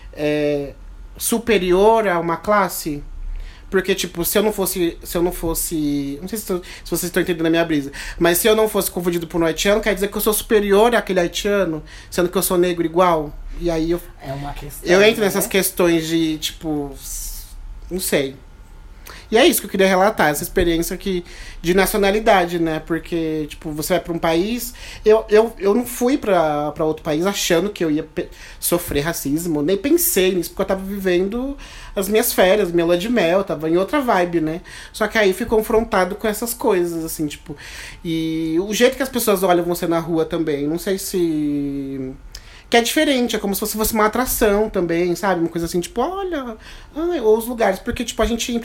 superior a uma classe? Porque, tipo, se eu não fosse... Não sei se vocês estão entendendo a minha brisa. Mas se eu não fosse confundido por um haitiano, quer dizer que eu sou superior àquele haitiano, sendo que eu sou negro igual. E aí eu... É uma questão. Eu entro nessas questões de, tipo... Não sei. E é isso que eu queria relatar, essa experiência aqui de nacionalidade, né? Porque, tipo, você vai pra um país... Eu não fui pra outro país achando que eu ia sofrer racismo. Nem pensei nisso, porque eu tava vivendo as minhas férias, minha lua de mel. Tava em outra vibe, né? Só que aí fui confrontado com essas coisas, assim, tipo... E o jeito que as pessoas olham você na rua também. Não sei se... Que é diferente, é como se fosse uma atração também, sabe? Uma coisa assim, tipo, olha... ou os lugares, porque, tipo, a gente ia em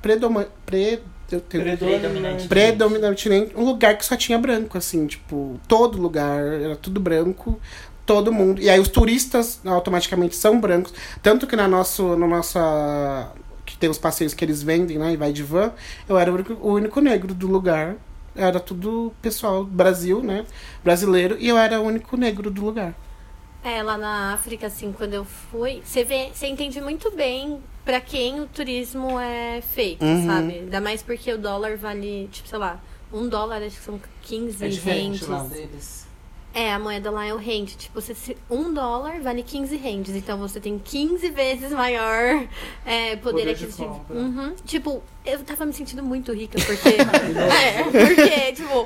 predominantemente um lugar que só tinha branco, assim, tipo... Todo lugar, era tudo branco, todo mundo... E aí os turistas automaticamente são brancos, tanto que na nossa... Que tem os passeios que eles vendem, né? E vai de van, eu era o único negro do lugar. Era tudo pessoal Brasil, né? Brasileiro, e eu era o único negro do lugar. Lá na África, assim, quando eu fui, você entende muito bem pra quem o turismo é feito, sabe? Ainda mais porque o dólar vale, tipo, sei lá, $1, acho que são 15 rentes. Lá deles. A moeda lá é o rente. Tipo, $1 vale 15 rentes. Então você tem 15 vezes maior poder aquisitivo. Tipo, eu tava me sentindo muito rica, porque. Porque, tipo,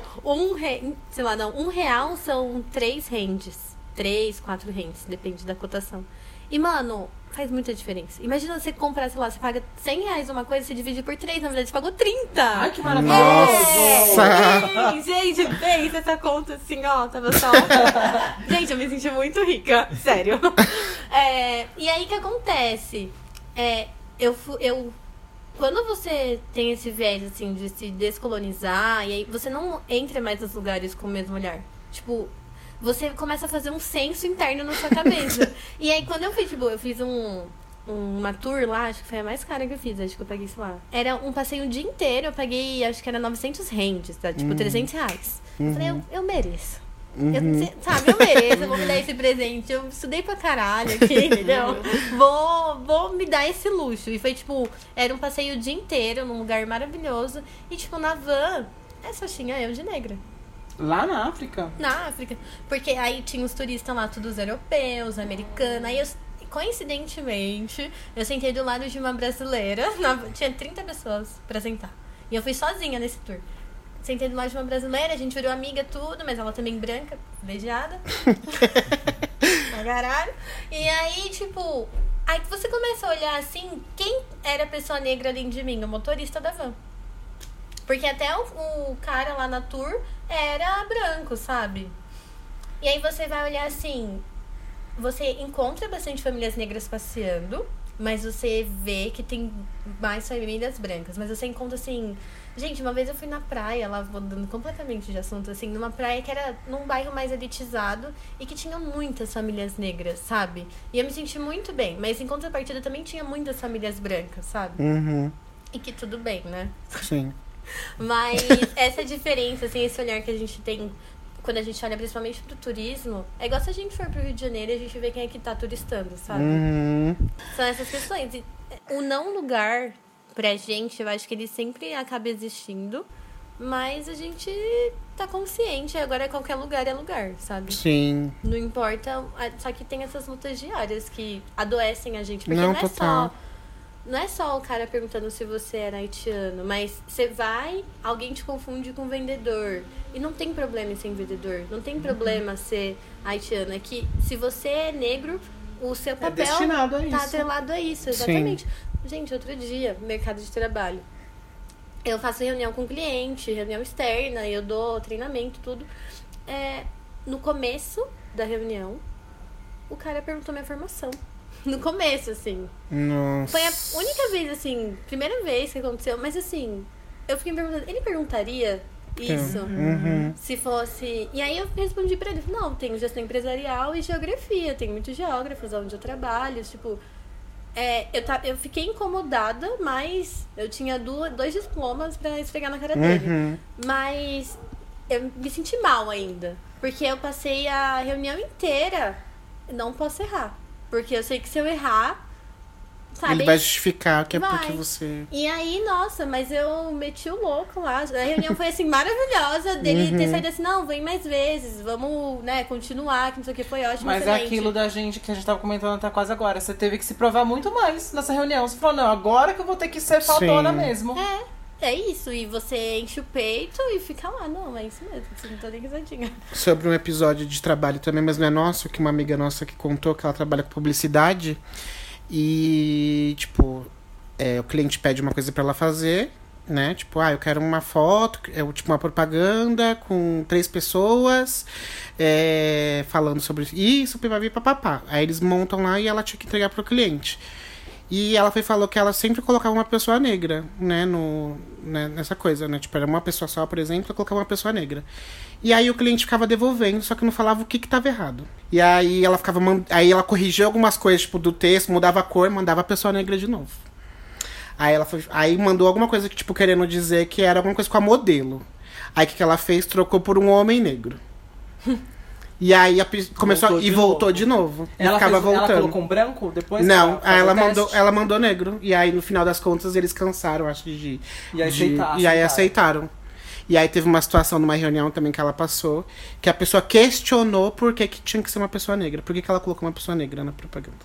R$1 são 3 rentes. 3, 4 rentes, depende da cotação. E, mano, faz muita diferença. Imagina você comprar, sei lá, você paga R$100 uma coisa, você divide por 3, na verdade você pagou 30. Ai, que maravilhoso! Nossa! Gente, fez essa conta assim, ó, tava só... Gente, eu me senti muito rica, sério. E aí, o que acontece? Quando você tem esse viés, assim, de se descolonizar, e aí você não entra mais nos lugares com o mesmo olhar. Tipo... Você começa a fazer um senso interno na sua cabeça. E aí, quando eu fiz, tipo, eu fiz uma tour lá, acho que foi a mais cara que eu fiz, acho que eu paguei, sei lá. Era um passeio o dia inteiro, eu paguei, acho que era 900 rendes, tá? Tipo, R$300. Eu falei, eu mereço. Eu mereço, eu vou me dar esse presente. Eu estudei pra caralho aqui, entendeu? Vou me dar esse luxo. E foi, tipo, era um passeio o dia inteiro, num lugar maravilhoso. E, tipo, na van, só tinha eu de negra. Lá na África? Na África. Porque aí tinha os turistas lá, todos europeus, americanos. Aí, coincidentemente, eu sentei do lado de uma brasileira. Tinha 30 pessoas pra sentar. E eu fui sozinha nesse tour. Sentei do lado de uma brasileira, a gente virou amiga, tudo. Mas ela também branca, beijada. Pra caralho. E aí, tipo... Aí você começa a olhar assim, quem era a pessoa negra além de mim? O motorista da van. Porque até o cara lá na tour era branco, sabe? E aí você vai olhar assim... Você encontra bastante famílias negras passeando, mas você vê que tem mais famílias brancas. Mas você encontra assim... Gente, uma vez eu fui na praia, lá mudando completamente de assunto, assim, numa praia que era num bairro mais elitizado e que tinha muitas famílias negras, sabe? E eu me senti muito bem. Mas em contrapartida também tinha muitas famílias brancas, sabe? E que tudo bem, né? Sim. Mas essa diferença, assim, esse olhar que a gente tem quando a gente olha principalmente pro turismo, é igual se a gente for pro Rio de Janeiro e a gente vê quem é que tá turistando, sabe? São essas questões. E o não lugar pra gente, eu acho que ele sempre acaba existindo, mas a gente tá consciente, agora qualquer lugar é lugar, sabe? Sim. Não importa, só que tem essas lutas diárias que adoecem a gente, porque Não, não é total. Não é só o cara perguntando se você era haitiano, mas você vai, alguém te confunde com vendedor. E não tem problema em ser vendedor, não tem problema ser haitiano. É que se você é negro, o seu papel destinado a tá isso. atrelado a isso, exatamente. Gente, outro dia, mercado de trabalho. Eu faço reunião com cliente, reunião externa, eu dou treinamento, tudo. No começo da reunião, o cara perguntou minha formação. No começo, assim. Nossa. Foi a única vez, assim, primeira vez que aconteceu, mas assim, eu fiquei me perguntando, ele perguntaria Isso. Uhum. Se fosse... E aí eu respondi pra ele, não, tenho gestão empresarial e geografia, tem muitos geógrafos onde eu trabalho, tipo... eu fiquei incomodada, mas eu tinha 2 diplomas pra esfregar na cara dele. Mas eu me senti mal ainda, porque eu passei a reunião inteira, não posso errar, porque eu sei que se eu errar, sabe? Ele vai justificar que é Vai. porque você... E aí, nossa, mas eu meti o louco lá. A reunião foi, assim, maravilhosa dele ter saído assim, não, vem mais vezes, vamos, né, continuar, que não sei o que, foi ótimo, Mas excelente. é aquilo da gente que a gente tava comentando até quase agora. Você teve que se provar muito mais nessa reunião. Você falou, não, agora que eu vou ter que ser faltona mesmo. É isso, e você enche o peito e fica lá, não, é isso mesmo, você não tá nem risadinha. Sobre um episódio de trabalho também, mas não é nosso, que uma amiga nossa que contou que ela trabalha com publicidade e, tipo, o cliente pede uma coisa pra ela fazer, né? Tipo, eu quero uma foto, tipo uma propaganda com 3 pessoas falando sobre isso, papapá. Aí eles montam lá e ela tinha que entregar pro cliente. E ela falou que ela sempre colocava uma pessoa negra, né, nessa coisa, né? Tipo, era uma pessoa só, por exemplo, ela colocava uma pessoa negra. E aí o cliente ficava devolvendo, só que não falava o que tava errado. E aí ela aí ela corrigia algumas coisas, tipo, do texto, mudava a cor, mandava a pessoa negra de novo. Aí mandou alguma coisa que, tipo, querendo dizer que era alguma coisa com a modelo. Aí o que ela fez? Trocou por um homem negro. E aí voltou de novo. E ficava voltando. Ela colocou um branco depois? Não, ela mandou negro. E aí, no final das contas, eles cansaram, acho, E aí aceitaram. E aí teve uma situação numa reunião também que ela passou, que a pessoa questionou por que tinha que ser uma pessoa negra. Por que ela colocou uma pessoa negra na propaganda.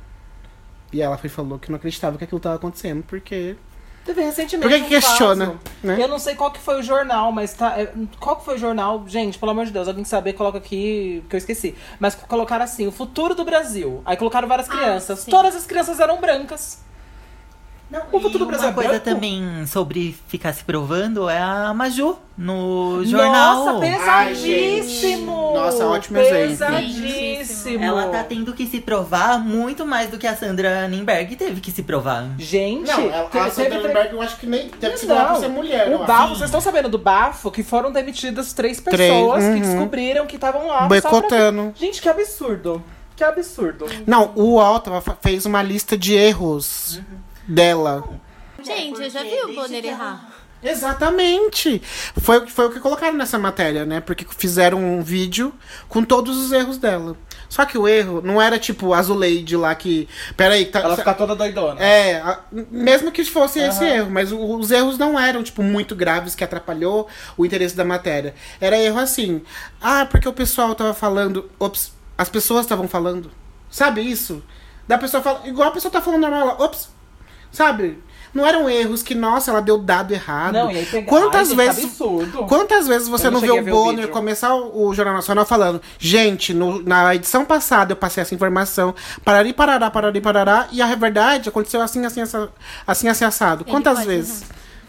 E ela falou que não acreditava que aquilo estava acontecendo, porque... Teve recentemente por que questiona, caso, né? Eu não sei qual que foi o jornal, mas qual que foi o jornal? Gente, pelo amor de Deus, alguém saber, coloca aqui, que eu esqueci. Mas colocaram assim, o futuro do Brasil. Aí colocaram várias crianças. Sim. Todas as crianças eram brancas. Não, O futuro do e Brasil uma é coisa branco? também sobre ficar se provando é a Maju no jornal. Nossa, pesadíssimo! Ai, nossa, ótimo exemplo. Pesadíssimo! Ela tá tendo que se provar muito mais do que a Sandra Nemberg teve que se provar. Gente, a Sandra Nemberg eu acho que nem deve se provar por ser mulher. O bafo, vocês estão sabendo do bafo? Que foram demitidas 3 pessoas que descobriram que estavam lá. Boicotando. Gente, que absurdo. Que absurdo. Não, o UOL fez uma lista de erros dela. Gente, eu já vi o Bonner errar. Exatamente. Foi o que colocaram nessa matéria, né? Porque fizeram um vídeo com todos os erros dela. Só que o erro não era tipo a Zuleide lá que... Peraí, Ela fica toda doidona. Mesmo que fosse esse erro. Mas os erros não eram, tipo, muito graves que atrapalhou o interesse da matéria. Era erro assim. Porque o pessoal tava falando... Ops, as pessoas estavam falando. Sabe isso? Da pessoa fala... Igual a pessoa tá falando normal, ela... Ops, sabe? Não eram erros que, nossa, ela deu dado errado. Não, e aí Quantas vezes absurdo. Quantas vezes você Eu não não vê o cheguei a ver o Bonner vídeo. começar o Jornal Nacional falando, gente, na edição passada eu passei essa informação, parari, parará, e a verdade aconteceu assim, assado. Quantas pode, vezes?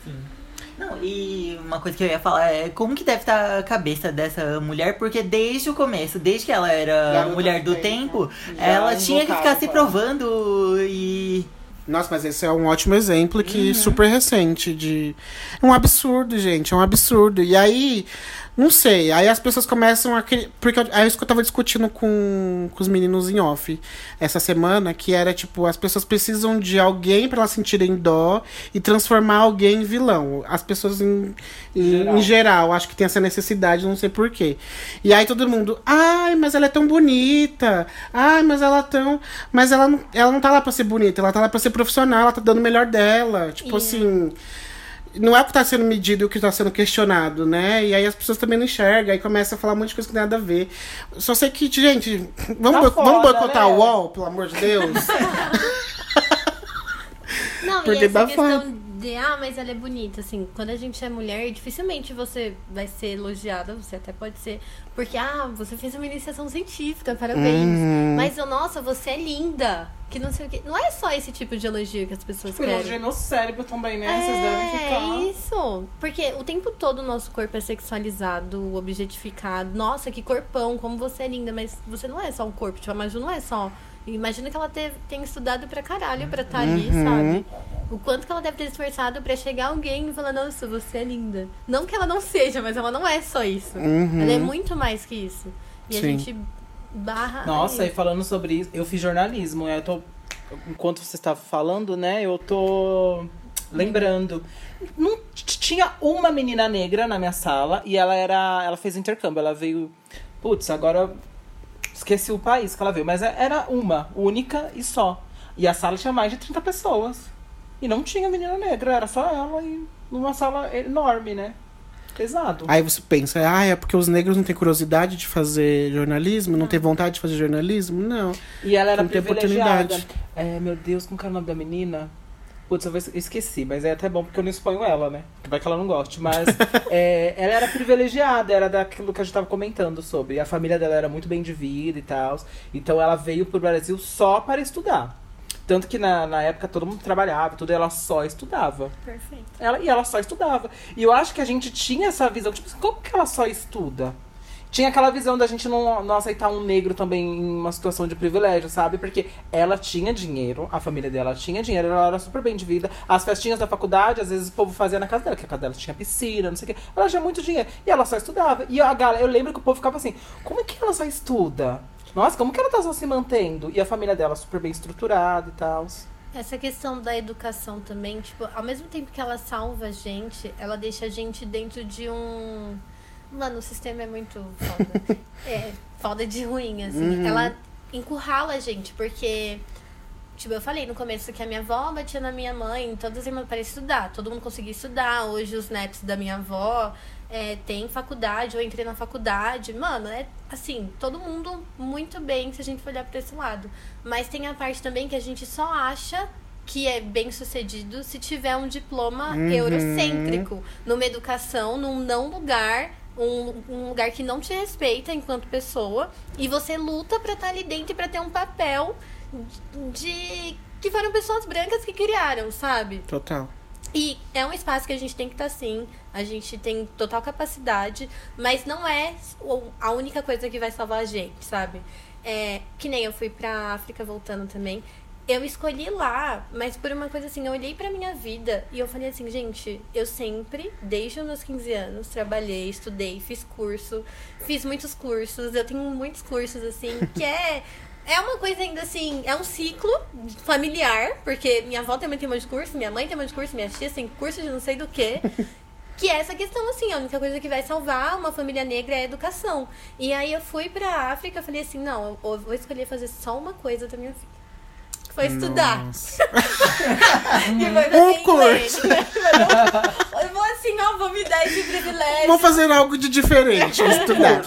Não, e uma coisa que eu ia falar é como que deve estar a cabeça dessa mulher, porque desde o começo, desde que ela era Garota mulher do do tempo, já ela tinha que ficar invocava se ela. provando e... Nossa, mas esse é um ótimo exemplo que super recente de... É um absurdo, gente, é um absurdo. E aí, não sei, aí as pessoas começam a... Porque é isso que eu tava discutindo com os meninos em off essa semana, que era tipo, as pessoas precisam de alguém pra elas sentirem dó e transformar alguém em vilão. As pessoas em geral, acho que tem essa necessidade, não sei porquê. E aí todo mundo, mas ela é tão bonita, mas ela não tá lá pra ser bonita, ela tá lá pra ser profissional, ela tá dando o melhor dela. Tipo assim, não é o que tá sendo medido e o que tá sendo questionado, né? E aí as pessoas também não enxergam, aí começa a falar um monte de coisa que não tem nada a ver. Só sei que, gente, vamos boicotar o UOL, pelo amor de Deus. Não, Porque e essa dá questão de, mas ela é bonita, assim, quando a gente é mulher, dificilmente você vai ser elogiada, você até pode ser, porque, você fez uma iniciação científica, parabéns. Mas, nossa, você é linda, que não sei o quê. Não é só esse tipo de elogio que as pessoas querem. Elogio no cérebro também, né? Vocês devem ficar... É isso, porque o tempo todo o nosso corpo é sexualizado, objetificado. Nossa, que corpão, como você é linda, mas você não é só um corpo, tipo, a Maju não é só... Imagina que ela tem estudado pra caralho pra estar ali, sabe? O quanto que ela deve ter esforçado pra chegar alguém e falar, nossa, você é linda. Não que ela não seja, mas ela não é só isso. Ela é muito mais que isso. E a gente barra... Nossa, e falando sobre isso, eu fiz jornalismo. Enquanto você estava falando, né, eu tô lembrando. Não tinha uma menina negra na minha sala e ela fez intercâmbio. Ela veio... Putz, agora esqueci o país que ela veio. Mas era uma, única e só. E a sala tinha mais de 30 pessoas. E não tinha menina negra, era só ela e numa sala enorme, né? Pesado. Aí você pensa, é porque os negros não têm curiosidade de fazer jornalismo? Não têm vontade de fazer jornalismo? Não. E ela era não tem privilegiada. oportunidade. Meu Deus, como que era o nome da menina? Putz, eu esqueci, mas é até bom porque eu não exponho ela, né? Vai que ela não goste. Mas ela era privilegiada, era daquilo que a gente tava comentando sobre. A família dela era muito bem de vida e tal. Então ela veio pro Brasil só para estudar. Tanto que na época todo mundo trabalhava, tudo, ela só estudava. Perfeito. Ela só estudava. E eu acho que a gente tinha essa visão, tipo, como que ela só estuda? Tinha aquela visão da gente não aceitar um negro também em uma situação de privilégio, sabe? Porque ela tinha dinheiro, a família dela tinha dinheiro, ela era super bem de vida. As festinhas da faculdade, às vezes o povo fazia na casa dela, que a casa dela tinha piscina, não sei o quê. Ela tinha muito dinheiro. E ela só estudava. E a galera, eu lembro que o povo ficava assim, como é que ela só estuda? Nossa, como que ela tá só se mantendo? E a família dela super bem estruturada e tal. Essa questão da educação também, tipo, ao mesmo tempo que ela salva a gente, ela deixa a gente dentro de um... Mano, o sistema é muito foda. Foda de ruim, assim. Ela encurrala a gente, porque... Tipo, eu falei no começo que a minha avó batia na minha mãe, todas as irmãs para estudar. Todo mundo conseguia estudar. Hoje os netos da minha avó têm faculdade, eu entrei na faculdade. Mano, assim, todo mundo muito bem se a gente for olhar pra esse lado. Mas tem a parte também que a gente só acha que é bem sucedido se tiver um diploma eurocêntrico, numa educação, num não lugar, um lugar que não te respeita enquanto pessoa, e você luta pra estar ali dentro e pra ter um papel que foram pessoas brancas que criaram, sabe? Total. E é um espaço que a gente tem que estar sim, a gente tem total capacidade, mas não é a única coisa que vai salvar a gente, sabe? Que nem eu fui pra África voltando também. Eu escolhi lá, mas por uma coisa assim, eu olhei pra minha vida e eu falei assim, gente, eu sempre, desde os meus 15 anos, trabalhei, estudei, fiz muitos cursos, eu tenho muitos cursos, assim, que é uma coisa ainda assim, é um ciclo familiar, porque minha avó também tem um monte de curso, minha mãe tem um monte de curso, minha tia tem curso de não sei do quê. Que é essa questão, assim, a única coisa que vai salvar uma família negra é a educação. E aí eu fui pra África e falei assim, não, eu vou escolher fazer só uma coisa da minha vida. Que foi estudar. E foi fazer curso. Eu vou assim, vou me dar esse privilégio. Vou fazer algo de diferente, estudar.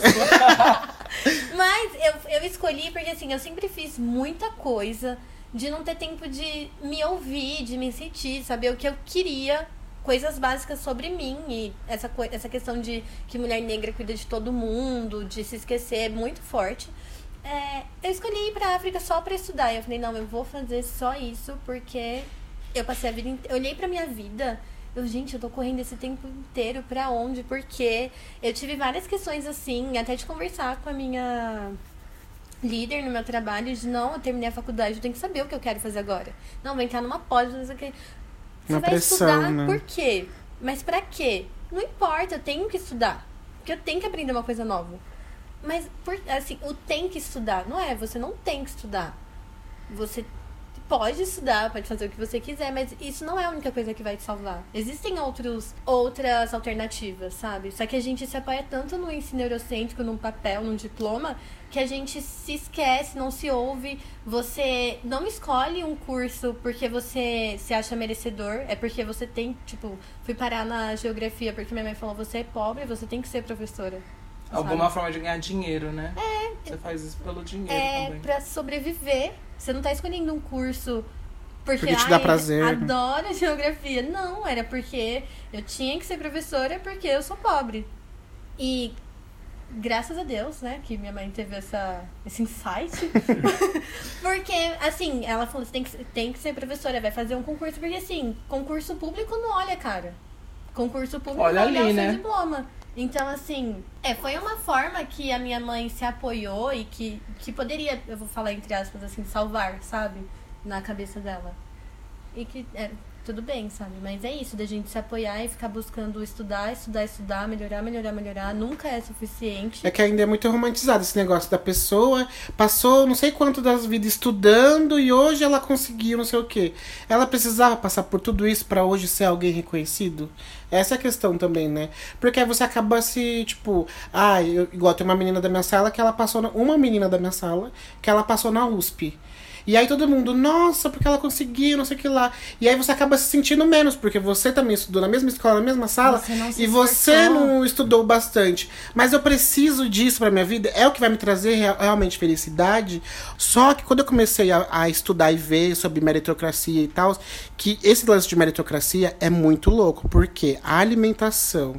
Mas eu escolhi porque, assim, eu sempre fiz muita coisa de não ter tempo de me ouvir, de me sentir, saber o que eu queria, coisas básicas sobre mim. E essa questão de que mulher negra cuida de todo mundo, de se esquecer, é muito forte. Eu escolhi ir pra África só pra estudar. E eu falei, não, eu vou fazer só isso porque eu passei a vida inteira. Eu olhei pra minha vida... Gente, eu tô correndo esse tempo inteiro pra onde? Porque eu tive várias questões assim, até de conversar com a minha líder no meu trabalho, de não, eu terminei a faculdade, eu tenho que saber o que eu quero fazer agora. Não, vou entrar numa pós, não sei o que. Você Uma vai pressão, estudar né? por quê? Mas pra quê? Não importa, eu tenho que estudar. Porque eu tenho que aprender uma coisa nova. Mas, assim, o tem que estudar, não é? Você não tem que estudar. Você pode estudar, pode fazer o que você quiser, mas isso não é a única coisa que vai te salvar. Existem outras alternativas, sabe? Só que a gente se apoia tanto no ensino eurocêntrico, num papel, num diploma, que a gente se esquece, não se ouve. Você não escolhe um curso porque você se acha merecedor, é porque você tem, tipo, fui parar na geografia porque minha mãe falou, você é pobre, você tem que ser professora. Alguma forma de ganhar dinheiro, né? Você faz isso pelo dinheiro também. Pra sobreviver. Você não tá escolhendo um curso Porque te dá prazer. Adoro geografia. Não, era porque eu tinha que ser professora porque eu sou pobre. E graças a Deus, né, que minha mãe teve esse insight. Porque, assim, ela falou, você tem que ser professora, vai fazer um concurso. Porque, assim, concurso público não olha, cara. Concurso público olha olha ali, o seu né? diploma. Então, assim, foi uma forma que a minha mãe se apoiou e que poderia, eu vou falar entre aspas, assim, salvar, sabe? Na cabeça dela. e que tudo bem, sabe? Mas é isso, da gente se apoiar e ficar buscando estudar, melhorar. Nunca é suficiente. É que ainda é muito romantizado esse negócio da pessoa. Passou não sei quanto das vidas estudando e hoje ela conseguiu não sei o quê. Ela precisava passar por tudo isso pra hoje ser alguém reconhecido? Essa é a questão também, né? Porque aí você acaba se, tipo... igual tem uma menina da minha sala que ela passou... Uma menina da minha sala que ela passou na USP. E aí todo mundo, nossa, porque ela conseguiu, não sei o que lá. E aí você acaba se sentindo menos, porque você também estudou na mesma escola, na mesma sala, e você não estudou bastante. Mas eu preciso disso pra minha vida, é o que vai me trazer realmente felicidade. Só que quando eu comecei a estudar e ver sobre meritocracia e tal, que esse lance de meritocracia é muito louco, porque a alimentação...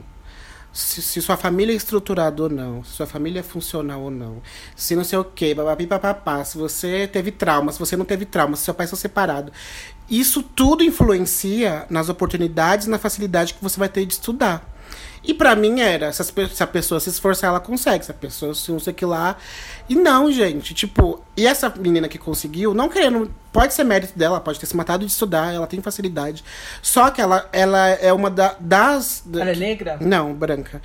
Se sua família é estruturada ou não, se sua família é funcional ou não, se não sei o quê, papapá, se você teve trauma, se você não teve trauma, se seu pai são separado. Isso tudo influencia nas oportunidades, na facilidade que você vai ter de estudar. E pra mim era, se a pessoa se esforçar, ela consegue. Se a pessoa se não sei o que lá. E não, gente, tipo... E essa menina que conseguiu, não querendo... Pode ser mérito dela, pode ter se matado de estudar, ela tem facilidade. Só que ela é uma das... Ela é negra? Não, branca.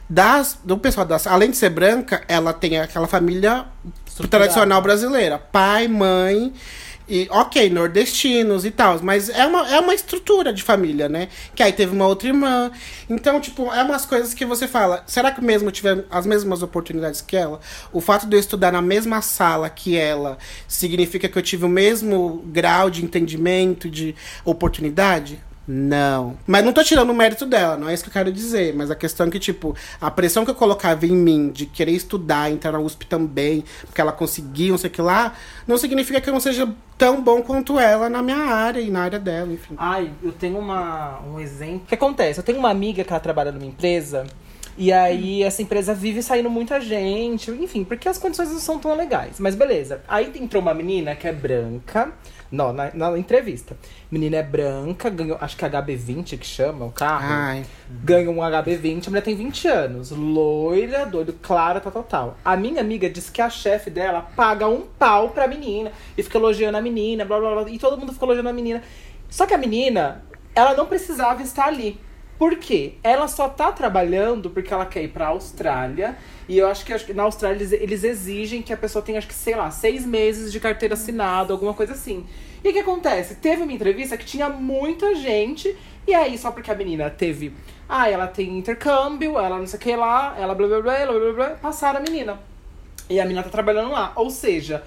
Do pessoal além de ser branca, ela tem aquela família tradicional brasileira. Pai, mãe... E, ok, nordestinos e tal, mas é uma estrutura de família, né? Que aí teve uma outra irmã. Então, tipo, é umas coisas que você fala, será que mesmo eu tiver as mesmas oportunidades que ela? O fato de eu estudar na mesma sala que ela significa que eu tive o mesmo grau de entendimento, de oportunidade? Não. Mas não tô tirando o mérito dela, não é isso que eu quero dizer. Mas a questão é que, tipo, a pressão que eu colocava em mim de querer estudar, entrar na USP também, porque ela conseguiu, não sei o que lá, não significa que eu não seja tão bom quanto ela na minha área e na área dela, enfim. Eu tenho um exemplo. O que acontece? Eu tenho uma amiga que ela trabalha numa empresa, e aí essa empresa vive saindo muita gente, enfim, porque as condições não são tão legais. Mas beleza. Aí entrou uma menina que é branca. Não, na entrevista. Menina é branca, ganhou, acho que é HB20 que chama o carro. Ai. Ganhou um HB20, a mulher tem 20 anos. Loira, doido, clara, tal. A minha amiga disse que a chefe dela paga um pau pra menina. E fica elogiando a menina, blá, blá, blá. E todo mundo fica elogiando a menina. Só que a menina, ela não precisava estar ali. Por quê? Ela só tá trabalhando porque ela quer ir pra Austrália. E eu acho que na Austrália eles exigem que a pessoa tenha, acho que, sei lá, 6 meses de carteira assinada, alguma coisa assim. E o que acontece? Teve uma entrevista que tinha muita gente. E aí, só porque a menina teve... ela tem intercâmbio, ela não sei o que lá, ela blá blá blá blá blá blá, passaram a menina. E a menina tá trabalhando lá. Ou seja...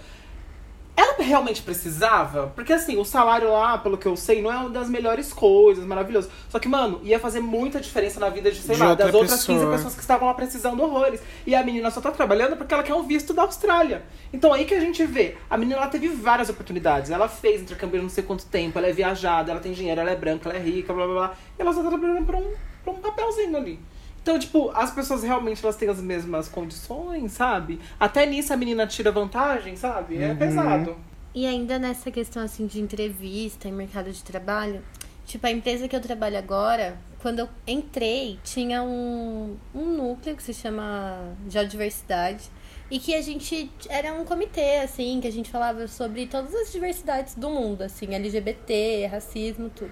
Ela realmente precisava? Porque, assim, o salário lá, pelo que eu sei, não é uma das melhores coisas, maravilhoso. Só que, mano, ia fazer muita diferença na vida de, sei lá, das outras 15 pessoas que estavam lá precisando horrores. E a menina só tá trabalhando porque ela quer um visto da Austrália. Então, aí que a gente vê. A menina, ela teve várias oportunidades. Ela fez intercâmbio não sei quanto tempo, ela é viajada, ela tem dinheiro, ela é branca, ela é rica, blá, blá, blá. E ela só tá trabalhando pra um papelzinho ali. Então, tipo, as pessoas realmente elas têm as mesmas condições, sabe? Até nisso a menina tira vantagem, sabe? É pesado. E ainda nessa questão, assim, de entrevista e mercado de trabalho, tipo, a empresa que eu trabalho agora, quando eu entrei, tinha um núcleo que se chama Geodiversidade. E que a gente era um comitê, assim, que a gente falava sobre todas as diversidades do mundo, assim, LGBT, racismo, tudo.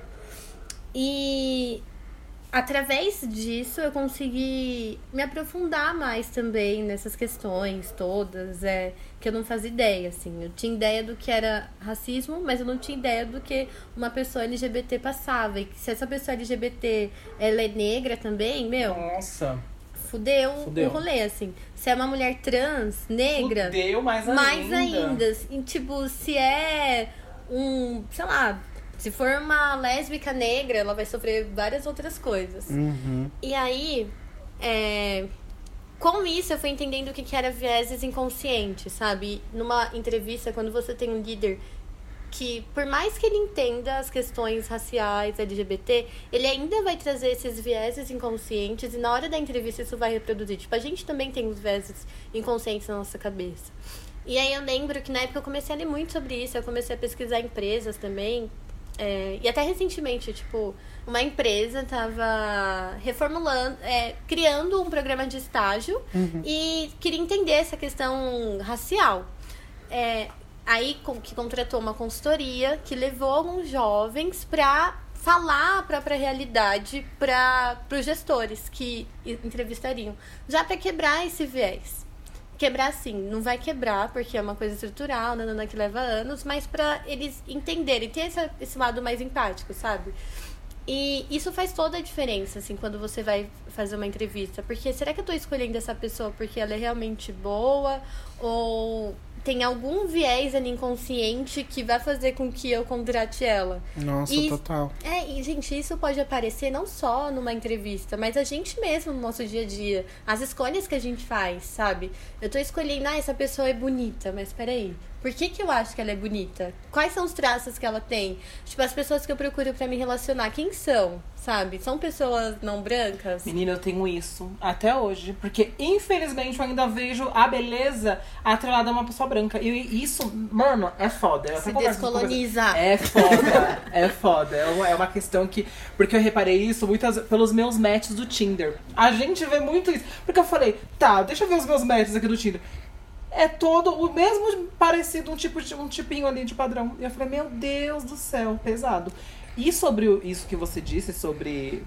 E... através disso, eu consegui me aprofundar mais também nessas questões todas, que eu não fazia ideia, assim. Eu tinha ideia do que era racismo, mas eu não tinha ideia do que uma pessoa LGBT passava. E que se essa pessoa LGBT, ela é negra também, meu... Nossa! Fudeu o rolê, assim. Se é uma mulher trans, negra... Fudeu mais ainda. E, tipo, se é sei lá... Se for uma lésbica negra, ela vai sofrer várias outras coisas. Uhum. E aí, com isso, eu fui entendendo o que era vieses inconscientes, sabe? Numa entrevista, quando você tem um líder que, por mais que ele entenda as questões raciais, LGBT, ele ainda vai trazer esses vieses inconscientes e na hora da entrevista isso vai reproduzir. Tipo, a gente também tem os vieses inconscientes na nossa cabeça. E aí eu lembro que na época eu comecei a ler muito sobre isso, eu comecei a pesquisar empresas também. E até recentemente, tipo, uma empresa tava reformulando, criando um programa de estágio e queria entender essa questão racial. aí que contratou uma consultoria que levou alguns jovens pra falar a própria realidade para os gestores que entrevistariam. Já para quebrar esse viés. Quebrar sim, não vai quebrar, porque é uma coisa estrutural, que leva anos, mas para eles entenderem, ter esse lado mais empático, sabe? E isso faz toda a diferença, assim, quando você vai fazer uma entrevista. Porque será que eu tô escolhendo essa pessoa porque ela é realmente boa? Ou tem algum viés ali inconsciente que vai fazer com que eu contrate ela? Nossa, total. E, gente, isso pode aparecer não só numa entrevista, mas a gente mesmo no nosso dia a dia. As escolhas que a gente faz, sabe? Eu tô escolhendo, essa pessoa é bonita, mas peraí. Por que eu acho que ela é bonita? Quais são os traços que ela tem? Tipo, as pessoas que eu procuro pra me relacionar, quem são? Sabe? São pessoas não brancas? Menina, eu tenho isso até hoje. Porque, infelizmente, eu ainda vejo a beleza atrelada a uma pessoa branca. E isso, mano, é foda. Se descolonizar. É foda. É foda. É uma questão que... Porque eu reparei isso muitas pelos meus matches do Tinder. A gente vê muito isso. Porque eu falei, deixa eu ver os meus matches aqui do Tinder. É todo o mesmo parecido, um tipinho ali de padrão. E eu falei, meu Deus do céu, pesado. E sobre isso que você disse, sobre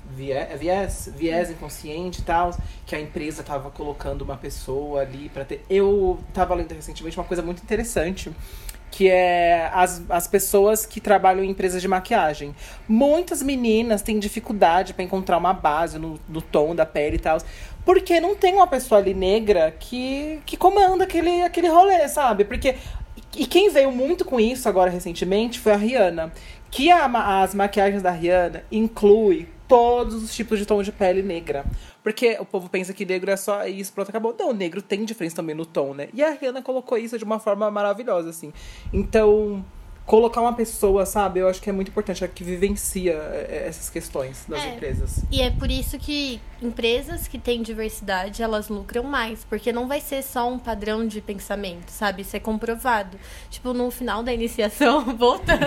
viés inconsciente e tal, que a empresa tava colocando uma pessoa ali pra ter... Eu tava lendo recentemente uma coisa muito interessante, que é as pessoas que trabalham em empresas de maquiagem. Muitas meninas têm dificuldade pra encontrar uma base no tom da pele e tal, porque não tem uma pessoa ali negra que comanda aquele rolê, sabe? Porque... E quem veio muito com isso agora recentemente foi a Rihanna. Que as maquiagens da Rihanna incluem todos os tipos de tom de pele negra. Porque o povo pensa que negro é só isso, pronto, acabou. Não, o negro tem diferença também no tom, né? E a Rihanna colocou isso de uma forma maravilhosa, assim. Então, colocar uma pessoa, sabe? Eu acho que é muito importante, é que vivencia essas questões das empresas. E é por isso que empresas que têm diversidade, elas lucram mais. Porque não vai ser só um padrão de pensamento, sabe? Isso é comprovado. Tipo, no final da iniciação, voltando,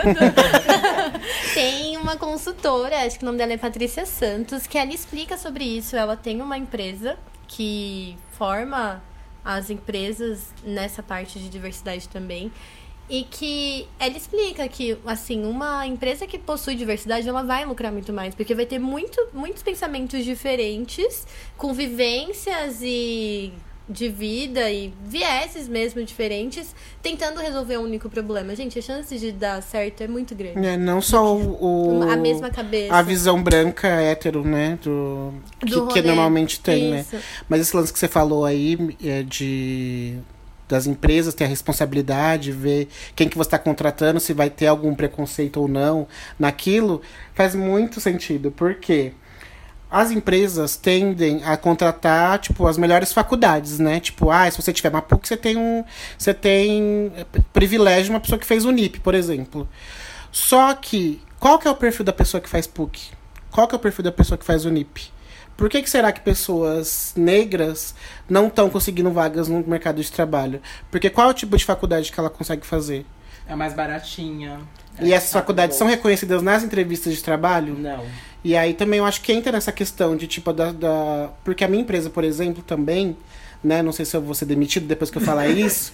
tem uma consultora, acho que o nome dela é Patrícia Santos, que ela explica sobre isso. Ela tem uma empresa que forma as empresas nessa parte de diversidade também. E que ela explica que, assim, uma empresa que possui diversidade, ela vai lucrar muito mais. Porque vai ter muitos pensamentos diferentes, com vivências de vida e vieses mesmo diferentes, tentando resolver um único problema. Gente, a chance de dar certo é muito grande. Não só a mesma cabeça. A visão branca hétero, né? Que normalmente tem, isso, né? Mas esse lance que você falou aí das empresas ter a responsabilidade, ver quem que você está contratando, se vai ter algum preconceito ou não naquilo, faz muito sentido. Por quê? As empresas tendem a contratar, tipo, as melhores faculdades, né? Tipo, se você tiver uma PUC, você tem privilégio de uma pessoa que fez o NIP, por exemplo. Só que, qual que é o perfil da pessoa que faz PUC? Qual que é o perfil da pessoa que faz o NIP? Por que será que pessoas negras não estão conseguindo vagas no mercado de trabalho? Porque qual é o tipo de faculdade que ela consegue fazer? É mais baratinha. E essas faculdades são reconhecidas nas entrevistas de trabalho? Não. E aí também eu acho que entra nessa questão de tipo porque a minha empresa, por exemplo, também, né? Não sei se eu vou ser demitido depois que eu falar isso.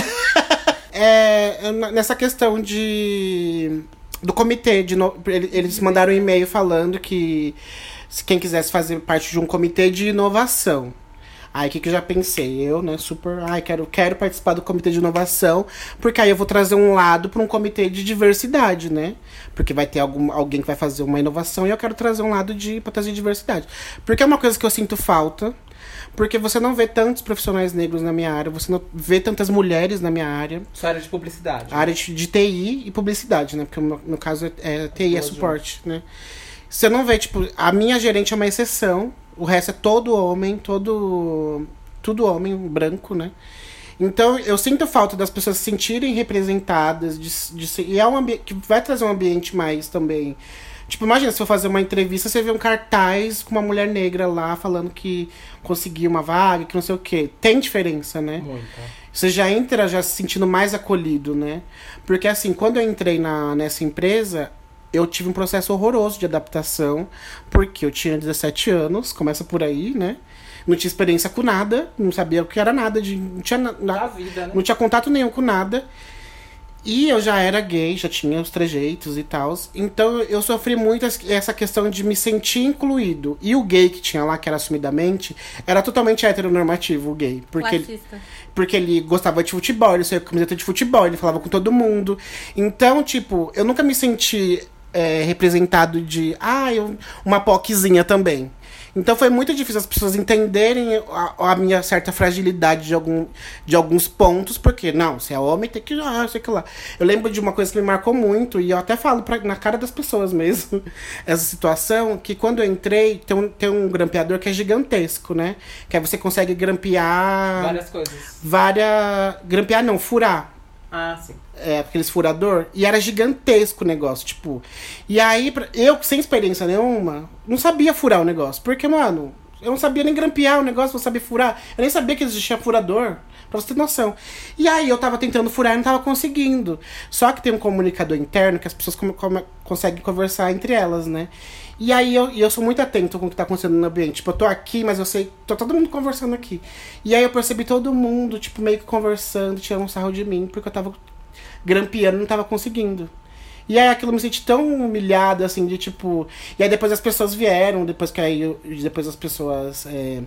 Nessa questão do comitê. Eles mandaram um e-mail falando que se quem quisesse fazer parte de um comitê de inovação. Aí o que eu já pensei? Eu, né, quero participar do comitê de inovação, porque aí eu vou trazer um lado para um comitê de diversidade, né? Porque vai ter alguém que vai fazer uma inovação e eu quero trazer um lado para trazer diversidade. Porque é uma coisa que eu sinto falta, porque você não vê tantos profissionais negros na minha área, você não vê tantas mulheres na minha área. Sua área de publicidade. Área de TI e publicidade, né? Porque no caso TI é suporte, né? Você não vê, tipo, a minha gerente é uma exceção, o resto é todo homem, tudo homem branco, né? Então, eu sinto falta das pessoas se sentirem representadas, e é um ambiente que vai trazer um ambiente mais também. Tipo, imagina, se for fazer uma entrevista, você vê um cartaz com uma mulher negra lá falando que conseguiu uma vaga, que não sei o quê. Tem diferença, né? Muita. Você já entra já se sentindo mais acolhido, né? Porque, assim, quando eu entrei nessa empresa, eu tive um processo horroroso de adaptação, porque eu tinha 17 anos, começa por aí, né? Não tinha experiência com nada, não sabia o que era nada, não tinha Da vida, né? Não tinha contato nenhum com nada. E eu já era gay, já tinha os trejeitos e tal. Então eu sofri muito essa questão de me sentir incluído. E o gay que tinha lá, que era assumidamente, era totalmente heteronormativo, o gay. Porque ele gostava de futebol, ele saía com camiseta de futebol, ele falava com todo mundo. Então, tipo, eu nunca me senti representado de... uma POCzinha também. Então foi muito difícil as pessoas entenderem a minha certa fragilidade de alguns pontos, porque, não, se é homem tem que... sei que lá. Eu lembro de uma coisa que me marcou muito, e eu até falo na cara das pessoas mesmo, essa situação, que quando eu entrei, tem um grampeador que é gigantesco, né? Que aí você consegue grampear... Várias coisas. Grampear não, furar. Ah, sim. Aqueles furador. E era gigantesco o negócio, tipo... E aí, eu, sem experiência nenhuma, não sabia furar o negócio. Porque, mano, eu não sabia nem grampear o negócio, não sabia furar. Eu nem sabia que existia furador, pra você ter noção. E aí, eu tava tentando furar e não tava conseguindo. Só que tem um comunicador interno que as pessoas conseguem conversar entre elas, né? E aí, eu sou muito atento com o que tá acontecendo no ambiente. Tipo, eu tô aqui, mas eu sei... Tô todo mundo conversando aqui. E aí, eu percebi todo mundo, tipo, meio que conversando, tirando um sarro de mim, porque eu tava grampeando e não tava conseguindo. E aí, aquilo me senti tão humilhada, assim, de tipo... E aí, depois as pessoas vieram, depois as pessoas...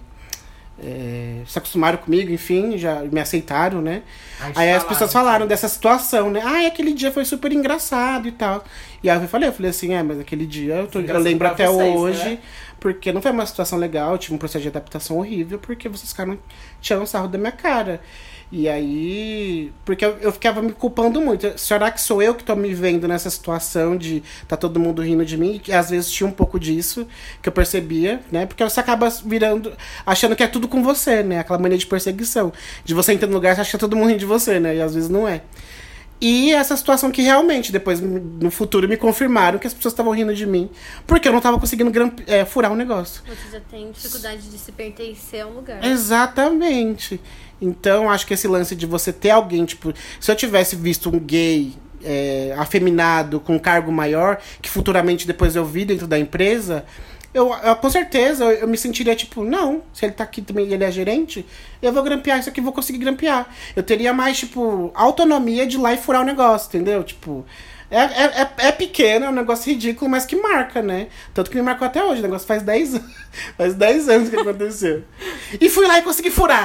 se acostumaram comigo, enfim, já me aceitaram, né? Aí as pessoas falaram dessa situação, né? Aquele dia foi super engraçado e tal. E aí eu falei assim, mas aquele dia eu lembro até hoje, né? Porque não foi uma situação legal, eu tive um processo de adaptação horrível, porque vocês ficaram tirando sarro da minha cara. E aí... Porque eu ficava me culpando muito. Será que sou eu que tô me vendo nessa situação de tá todo mundo rindo de mim? E às vezes tinha um pouco disso, que eu percebia, né? Porque você acaba achando que é tudo com você, né? Aquela mania de perseguição. De você entrar no lugar, você acha que todo mundo rindo de você, né? E às vezes não é. E essa situação que realmente, depois, no futuro, me confirmaram que as pessoas estavam rindo de mim. Porque eu não tava conseguindo furar o negócio. Você já tem dificuldade de se pertencer a um lugar. Exatamente. Então, acho que esse lance de você ter alguém, tipo... Se eu tivesse visto um gay afeminado com um cargo maior, que futuramente depois eu vi dentro da empresa... Eu com certeza, eu me sentiria tipo, não, se ele tá aqui também e ele é gerente, eu vou grampear isso aqui, vou conseguir grampear. Eu teria mais, tipo, autonomia de ir lá e furar o negócio, entendeu? Tipo, é pequeno, é um negócio ridículo, mas que marca, né? Tanto que me marcou até hoje, o negócio faz 10 anos. Faz 10 anos que aconteceu. E fui lá e consegui furar.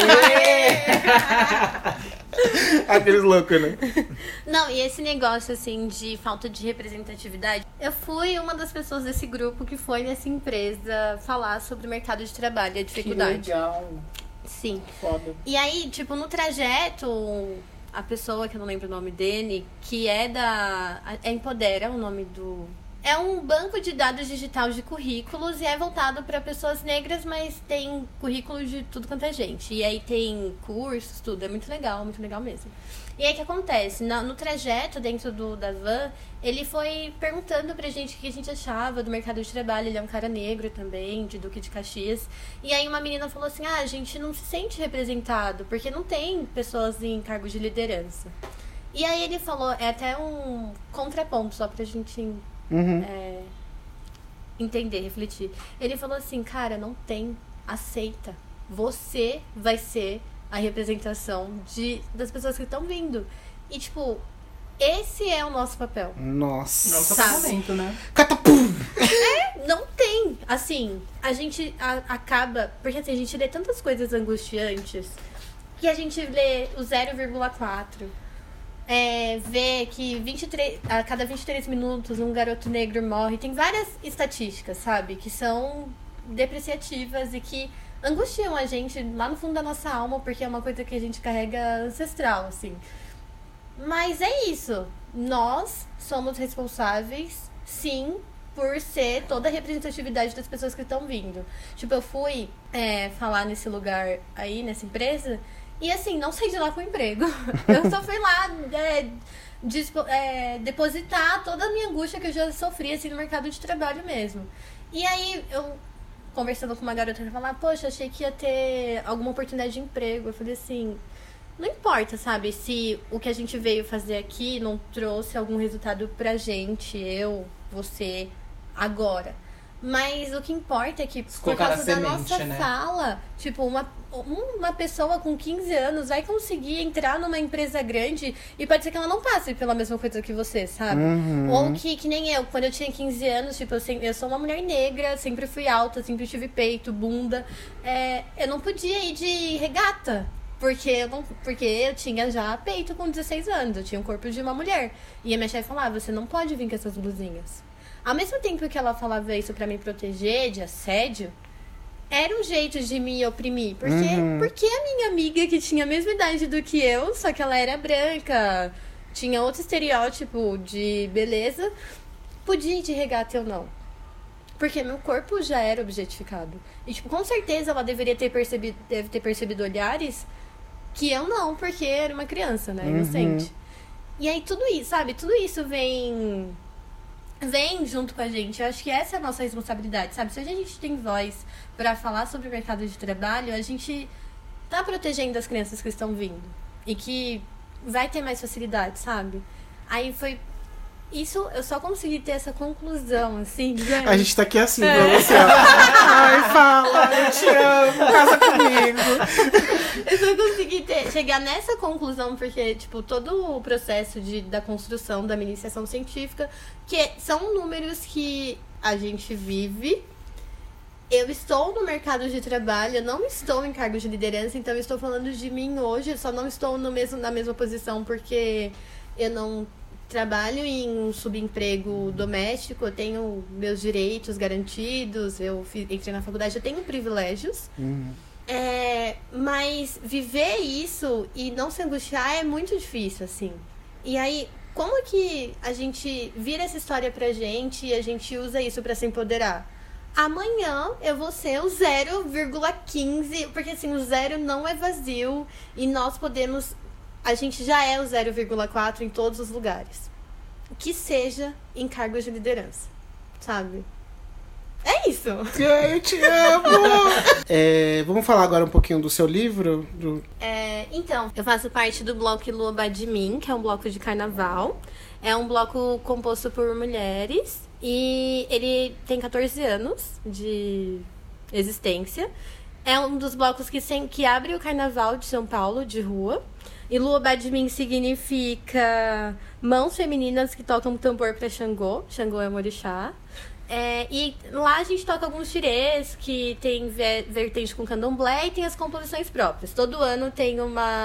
Aqueles loucos, né? Não, e esse negócio, assim, de falta de representatividade... Eu fui uma das pessoas desse grupo que foi nessa empresa falar sobre o mercado de trabalho e a dificuldade. Que legal. Sim. Foda. E aí, tipo, no trajeto, a pessoa, que eu não lembro o nome dele, que é Empodera, o nome do... É um banco de dados digital de currículos e é voltado para pessoas negras, mas tem currículos de tudo quanto é gente. E aí tem cursos, tudo. É muito legal mesmo. E aí o que acontece? No trajeto dentro da van, ele foi perguntando pra gente o que a gente achava do mercado de trabalho. Ele é um cara negro também, de Duque de Caxias. E aí uma menina falou assim, a gente não se sente representado, porque não tem pessoas em cargos de liderança. E aí ele falou, é até um contraponto, só pra gente... entender, refletir. Ele falou assim, cara, não tem, aceita. Você vai ser a representação das pessoas que estão vindo. E, tipo, esse é o nosso papel. Nossa. Nosso momento, né? Catapum! Não tem. Assim, a gente acaba... Porque, assim, a gente lê tantas coisas angustiantes que a gente lê o 0,4... vê que a cada 23 minutos um garoto negro morre. Tem várias estatísticas, sabe? Que são depreciativas e que angustiam a gente lá no fundo da nossa alma, porque é uma coisa que a gente carrega ancestral, assim. Mas é isso. Nós somos responsáveis, sim, por ser toda a representatividade das pessoas que estão vindo. Tipo, eu fui falar nesse lugar aí, nessa empresa... E assim, não saí de lá com emprego. Eu só fui lá depositar toda a minha angústia que eu já sofri assim, no mercado de trabalho mesmo. E aí, eu conversando com uma garota, ela falava, poxa, achei que ia ter alguma oportunidade de emprego. Eu falei assim, não importa, sabe, se o que a gente veio fazer aqui não trouxe algum resultado pra gente, eu, você, agora. Mas o que importa é que, por Colocar causa a da semente, nossa né? fala, tipo, uma pessoa com 15 anos vai conseguir entrar numa empresa grande e pode ser que ela não passe pela mesma coisa que você, sabe? Ou que nem eu, quando eu tinha 15 anos, tipo, eu sou uma mulher negra, sempre fui alta, sempre tive peito, bunda. Eu não podia ir de regata. Porque eu tinha já peito com 16 anos, eu tinha o corpo de uma mulher. E a minha chefe falava, você não pode vir com essas blusinhas. Ao mesmo tempo que ela falava isso pra me proteger de assédio, era um jeito de me oprimir. Porque a minha amiga, que tinha a mesma idade do que eu, só que ela era branca, tinha outro estereótipo de beleza, podia ir de regata ou não. Porque meu corpo já era objetificado. E, tipo, com certeza ela deve ter percebido olhares que eu não, porque era uma criança, né? Inocente. E aí tudo isso, sabe? Tudo isso vem junto com a gente. Eu acho que essa é a nossa responsabilidade, sabe? Se a gente tem voz pra falar sobre o mercado de trabalho, a gente tá protegendo as crianças que estão vindo. E que vai ter mais facilidade, sabe? Aí foi... Isso, eu só consegui ter essa conclusão, assim, gente. A gente tá aqui assim, pra você, ó. Ai, fala, eu te amo, casa comigo. Eu só consegui chegar nessa conclusão porque, tipo, todo o processo da construção da minha iniciação científica, que são números que a gente vive. Eu estou no mercado de trabalho, eu não estou em cargo de liderança, então eu estou falando de mim hoje, eu só não estou na mesma posição porque eu não trabalho em um subemprego doméstico, eu tenho meus direitos garantidos, entrei na faculdade, eu tenho privilégios. Mas viver isso e não se angustiar é muito difícil, assim. E aí, como que a gente vira essa história pra gente e a gente usa isso pra se empoderar? Amanhã eu vou ser o 0,15, porque assim, o zero não é vazio e nós podemos... A gente já é o 0,4 em todos os lugares. Que seja em cargos de liderança, sabe? É isso! Eu te amo! Vamos falar agora um pouquinho do seu livro? Então, eu faço parte do bloco Lua Badmin, que é um bloco de carnaval. É um bloco composto por mulheres e ele tem 14 anos de existência. É um dos blocos que abre o carnaval de São Paulo, de rua. E Lua Badmin significa mãos femininas que tocam tambor para Xangô. Xangô é um orixá. E lá a gente toca alguns xirês que tem vertente com candomblé e tem as composições próprias. Todo ano tem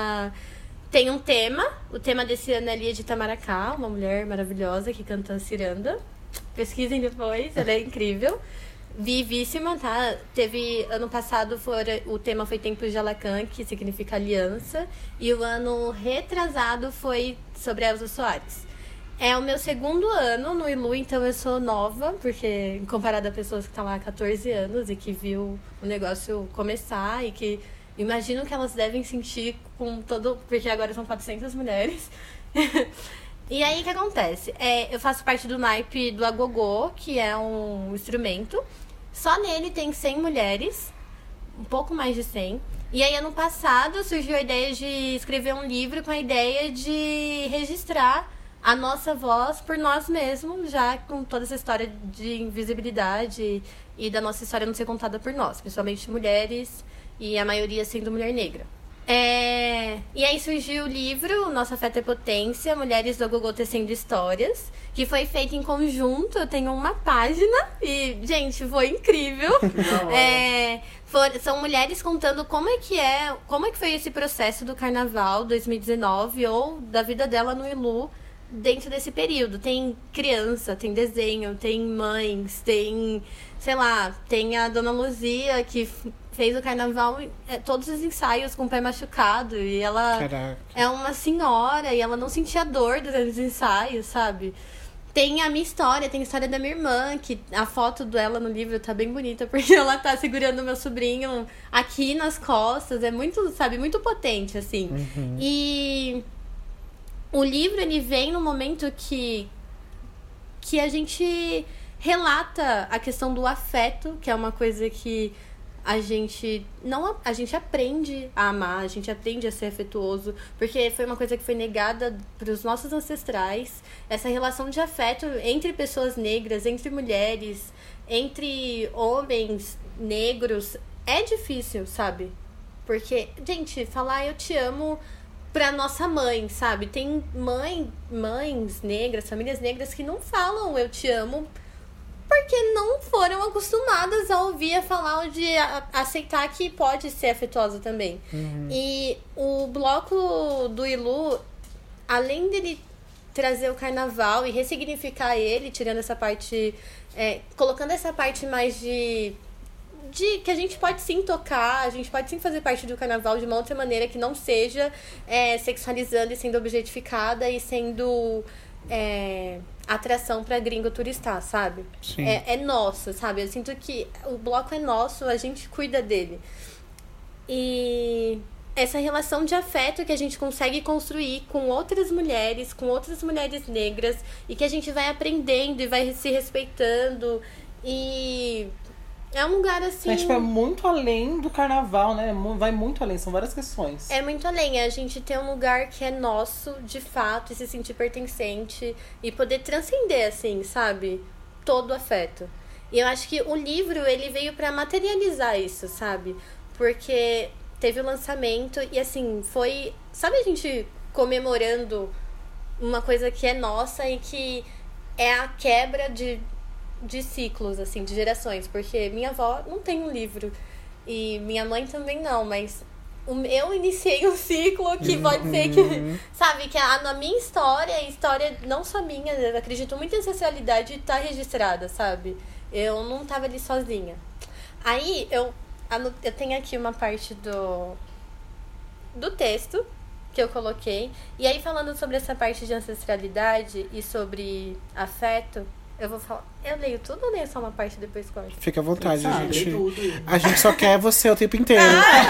um tema. O tema desse ano é Lia de Itamaracá, uma mulher maravilhosa que canta ciranda. Pesquisem depois, ela é incrível. Vivíssima, tá? Ano passado, o tema foi Tempos de Alacan, que significa aliança. E o ano retrasado foi sobre Elza Soares. É o meu segundo ano no ILU, então eu sou nova, porque comparado a pessoas que estão lá há 14 anos e que viu o negócio começar e que imagino que elas devem sentir com todo... Porque agora são 400 mulheres. E aí, o que acontece? Eu faço parte do naipe do agogô, que é um instrumento. Só nele tem 100 mulheres, um pouco mais de 100. E aí, ano passado, surgiu a ideia de escrever um livro com a ideia de registrar a nossa voz por nós mesmos, já com toda essa história de invisibilidade e da nossa história não ser contada por nós, principalmente mulheres e a maioria sendo mulher negra. E aí surgiu o livro Nossa Afeto é Potência, Mulheres do Agogô Tecendo Histórias, que foi feito em conjunto. Eu tenho uma página e, gente, foi incrível. São mulheres contando como é que foi esse processo do Carnaval 2019 ou da vida dela no ILU dentro desse período. Tem criança, tem desenho, tem mães, tem, sei lá, tem a Dona Luzia que fez o carnaval, todos os ensaios com o pé machucado. E ela é uma senhora e ela não sentia dor durante os ensaios, sabe? Tem a minha história, tem a história da minha irmã, que a foto dela no livro tá bem bonita, porque ela tá segurando o meu sobrinho aqui nas costas. É muito, sabe, muito potente, assim. E o livro, ele vem no momento que a gente relata a questão do afeto, que é uma coisa que a gente aprende a amar, a gente aprende a ser afetuoso, porque foi uma coisa que foi negada para os nossos ancestrais. Essa relação de afeto entre pessoas negras, entre mulheres, entre homens negros, é difícil, sabe? Porque, gente, falar eu te amo pra nossa mãe, sabe? Tem mães negras, famílias negras que não falam eu te amo porque não foram acostumadas a ouvir a falar ou de aceitar que pode ser afetuosa também. E o bloco do Ilu, além dele trazer o carnaval e ressignificar ele, tirando essa parte, colocando essa parte mais de que a gente pode sim tocar, a gente pode sim fazer parte do carnaval de uma outra maneira que não seja sexualizando e sendo objetificada e sendo atração pra gringo turistar, sabe? Sim. É nosso, sabe? Eu sinto que o bloco é nosso, a gente cuida dele. E essa relação de afeto que a gente consegue construir com outras mulheres negras, e que a gente vai aprendendo e vai se respeitando. E é um lugar assim... É muito além do carnaval, né? Vai muito além, são várias questões. É muito além, a gente ter um lugar que é nosso, de fato, e se sentir pertencente e poder transcender, assim, sabe? Todo o afeto. E eu acho que o livro, ele veio pra materializar isso, sabe? Porque teve o lançamento e, assim, foi... Sabe a gente comemorando uma coisa que é nossa e que é a quebra de ciclos, assim, de gerações, porque minha avó não tem um livro e minha mãe também não, mas eu iniciei um ciclo que pode ser que, sabe, que a minha história não só minha, eu acredito muito em ancestralidade, tá registrada, sabe? Eu não tava ali sozinha. Aí eu tenho aqui uma parte do texto que eu coloquei, e aí falando sobre essa parte de ancestralidade e sobre afeto, eu vou falar. Eu leio tudo ou leio só uma parte e depois corto? Fica à vontade, a gente. tudo. A gente só quer você o tempo inteiro.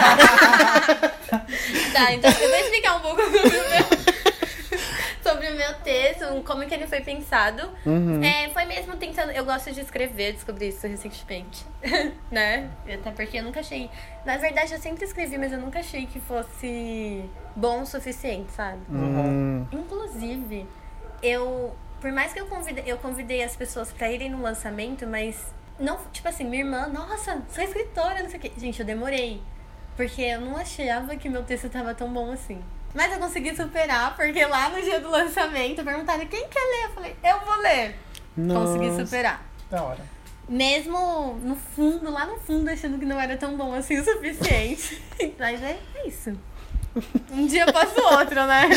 Tá, então eu vou explicar um pouco sobre o meu texto, como que ele foi pensado. Foi mesmo tentando... Eu gosto de escrever, descobri isso recentemente. Né? Até porque eu nunca achei... Na verdade, eu sempre escrevi, mas eu nunca achei que fosse bom o suficiente, sabe? Inclusive, por mais que eu convidei as pessoas pra irem no lançamento, mas não, tipo assim, minha irmã, nossa, sou escritora, não sei o quê. Gente, eu demorei, porque eu não achava que meu texto tava tão bom assim. Mas eu consegui superar, porque lá no dia do lançamento perguntaram quem quer ler? Eu falei, eu vou ler. Nossa. Consegui superar. Da hora. Mesmo no fundo, lá no fundo, achando que não era tão bom assim o suficiente. Mas é isso. Um dia após o outro, né?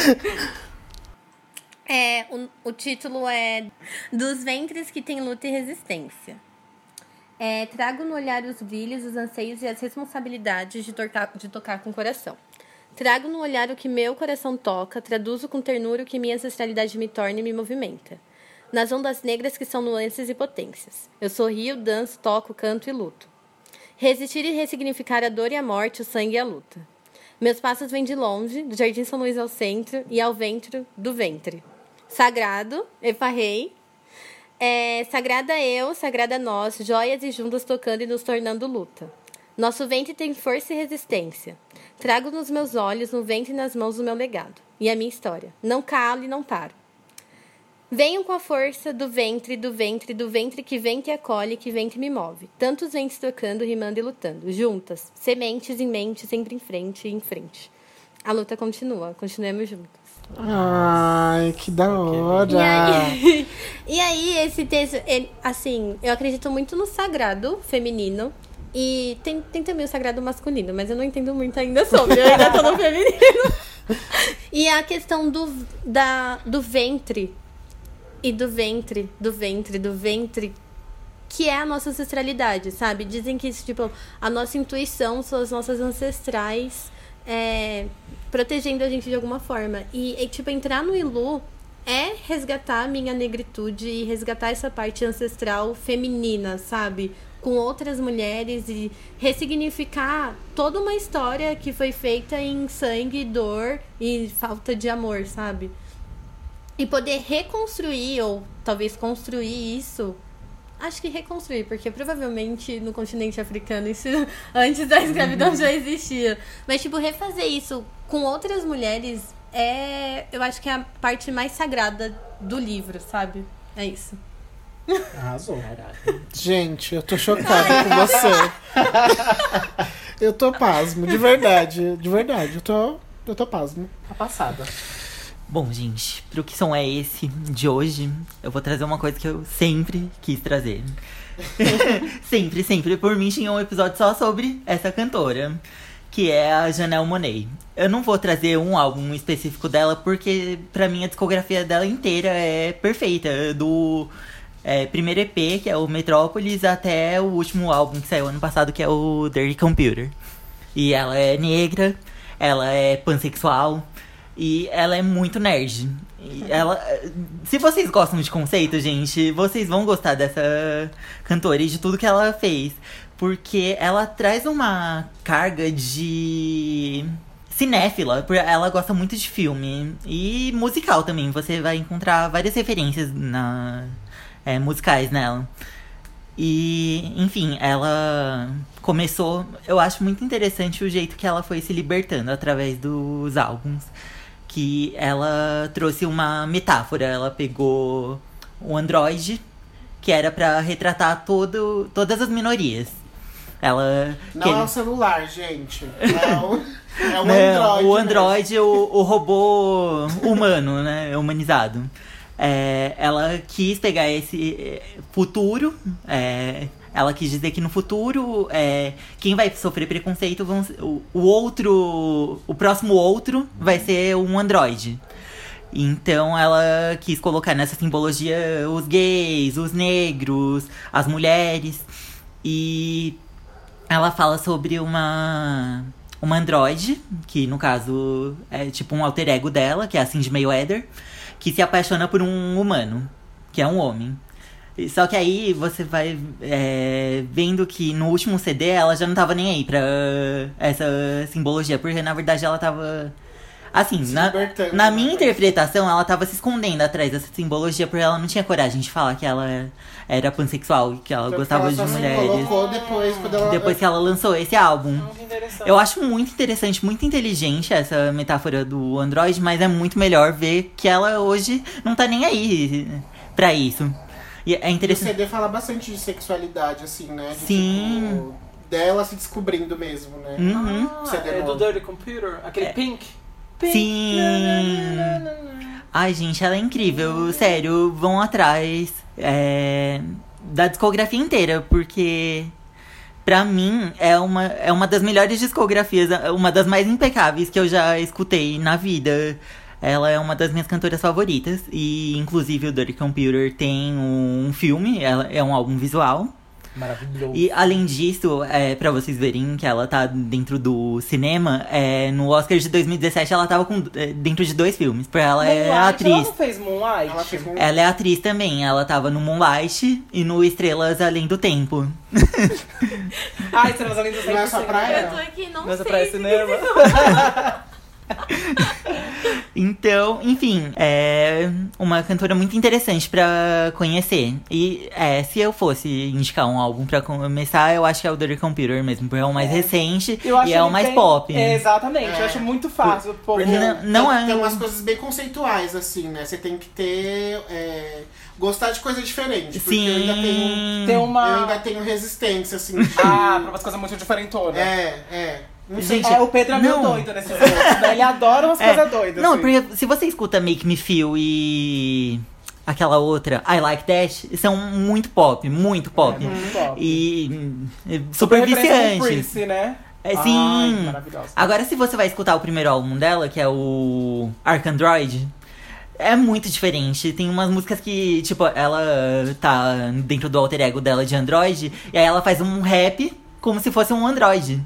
O título é Dos Ventres que Tem Luta e Resistência. Trago no olhar os brilhos, os anseios e as responsabilidades de tocar com o coração. Trago no olhar o que meu coração toca, traduzo com ternura o que minha ancestralidade me torna e me movimenta. Nas ondas negras que são nuances e potências. Eu sorrio, danço, toco, canto e luto. Resistir e ressignificar a dor e a morte, o sangue e a luta. Meus passos vêm de longe, do Jardim São Luís ao centro e ao ventre do ventre. Sagrado, Efarrei. Sagrada eu, sagrada nós, joias e juntas tocando e nos tornando luta. Nosso ventre tem força e resistência. Trago nos meus olhos, no ventre e nas mãos o meu legado. E a minha história. Não calo e não paro. Venham com a força do ventre, do ventre, do ventre que vem que acolhe, que vem que me move. Tantos ventres tocando, rimando e lutando. Juntas, sementes em mente, sempre em frente e em frente. A luta continua, continuemos juntos. Ai, que da hora! E aí esse texto, assim, eu acredito muito no sagrado feminino. E tem também o sagrado masculino, mas eu não entendo muito ainda sobre, eu ainda tô no feminino. E a questão do ventre, e do ventre, que é a nossa ancestralidade, sabe? Dizem que isso, tipo, a nossa intuição são as nossas ancestrais protegendo a gente de alguma forma. E, tipo, entrar no Ilu é resgatar a minha negritude e resgatar essa parte ancestral feminina, sabe? Com outras mulheres e ressignificar toda uma história que foi feita em sangue, dor e falta de amor, sabe? E poder reconstruir ou talvez construir isso acho que reconstruir, porque provavelmente no continente africano isso antes da escravidão já existia. Mas, tipo, refazer isso com outras mulheres eu acho que é a parte mais sagrada do livro, sabe? É isso. Arrasou. Gente, eu tô chocada com você. Eu tô pasmo, de verdade. De verdade, eu tô pasmo. Tá passada. Bom, gente, pro que som é esse de hoje, eu vou trazer uma coisa que eu sempre quis trazer. sempre. Por mim, tinha um episódio só sobre essa cantora, que é a Janelle Monáe. Eu não vou trazer um álbum específico dela, porque pra mim a discografia dela inteira é perfeita. Do primeiro EP, que é o Metrópolis, até o último álbum que saiu ano passado, que é o Dirty Computer. E ela é negra, ela é pansexual e ela é muito nerd. E se vocês gostam de conceito, gente, vocês vão gostar dessa cantora e de tudo que ela fez. Porque ela traz uma carga de cinéfila, porque ela gosta muito de filme. E musical também, você vai encontrar várias referências musicais nela. E, enfim, ela começou... Eu acho muito interessante o jeito que ela foi se libertando através dos álbuns. Que ela trouxe uma metáfora. Ela pegou o Android, que era pra retratar todas as minorias. Não é o celular, gente. É o Não, Android. o Android, o robô humano, né? Humanizado. Ela quis pegar esse futuro. Ela quis dizer que no futuro, quem vai sofrer preconceito o próximo outro vai ser um androide. Então ela quis colocar nessa simbologia os gays, os negros, as mulheres. E ela fala sobre uma androide, que no caso é tipo um alter ego dela, que é a Cindy Mayweather, que se apaixona por um humano, que é um homem. Só que aí você vai vendo que no último CD ela já não tava nem aí pra essa simbologia, porque na verdade ela tava... Assim, na minha interpretação, ela tava se escondendo atrás dessa simbologia, porque ela não tinha coragem de falar que ela era pansexual, que ela gostava de mulheres. Colocou depois que ela lançou esse álbum. Eu acho muito interessante, muito inteligente essa metáfora do Android, mas é muito melhor ver que ela hoje não tá nem aí pra isso. E é interessante. O CD fala bastante de sexualidade, assim, né? Sim. Tipo, dela se descobrindo mesmo, né? Uhum. É do Dirty Computer, aquele Pink. Sim. Ai, gente, ela é incrível. Sério, vão atrás da discografia inteira, porque pra mim é uma das melhores discografias, uma das mais impecáveis que eu já escutei na vida. Ela é uma das minhas cantoras favoritas. E inclusive o Dirty Computer tem um filme, é um álbum visual. Maravilhoso. E além disso, pra vocês verem que ela tá dentro do cinema, no Oscar de 2017 ela tava dentro de 2 filmes, porque ela é atriz. Ela não fez Moonlight? Ela é atriz também, ela tava no Moonlight e no Estrelas Além do Tempo. Estrelas Além do Tempo. Não é só praia? Eu tô aqui, não Nessa sei. praia cinema. Então, enfim, é uma cantora muito interessante pra conhecer. E se eu fosse indicar um álbum pra começar, eu acho que é o Dirty Computer mesmo, porque é o mais recente e é o mais pop. Exatamente, eu acho muito fácil. Tem umas coisas bem conceituais, assim, né? Você tem que ter... gostar de coisa diferente. Porque Sim. eu ainda tenho resistência, assim. Pra umas coisas muito diferentonas. Não sei. Gente, O Pedro é meio doido nesses outros, né? Ele adora umas coisas doidas. Não, assim. porque se você escuta Make Me Feel e aquela outra, I Like That, são muito pop, muito pop. Muito top. E super viciantes. Prince, né? Sim. Ai, maravilhosa. Agora, se você vai escutar o primeiro álbum dela, que é o Arcandroid, é muito diferente. Tem umas músicas que, tipo, ela tá dentro do alter ego dela de Android, e aí ela faz um rap como se fosse um Android.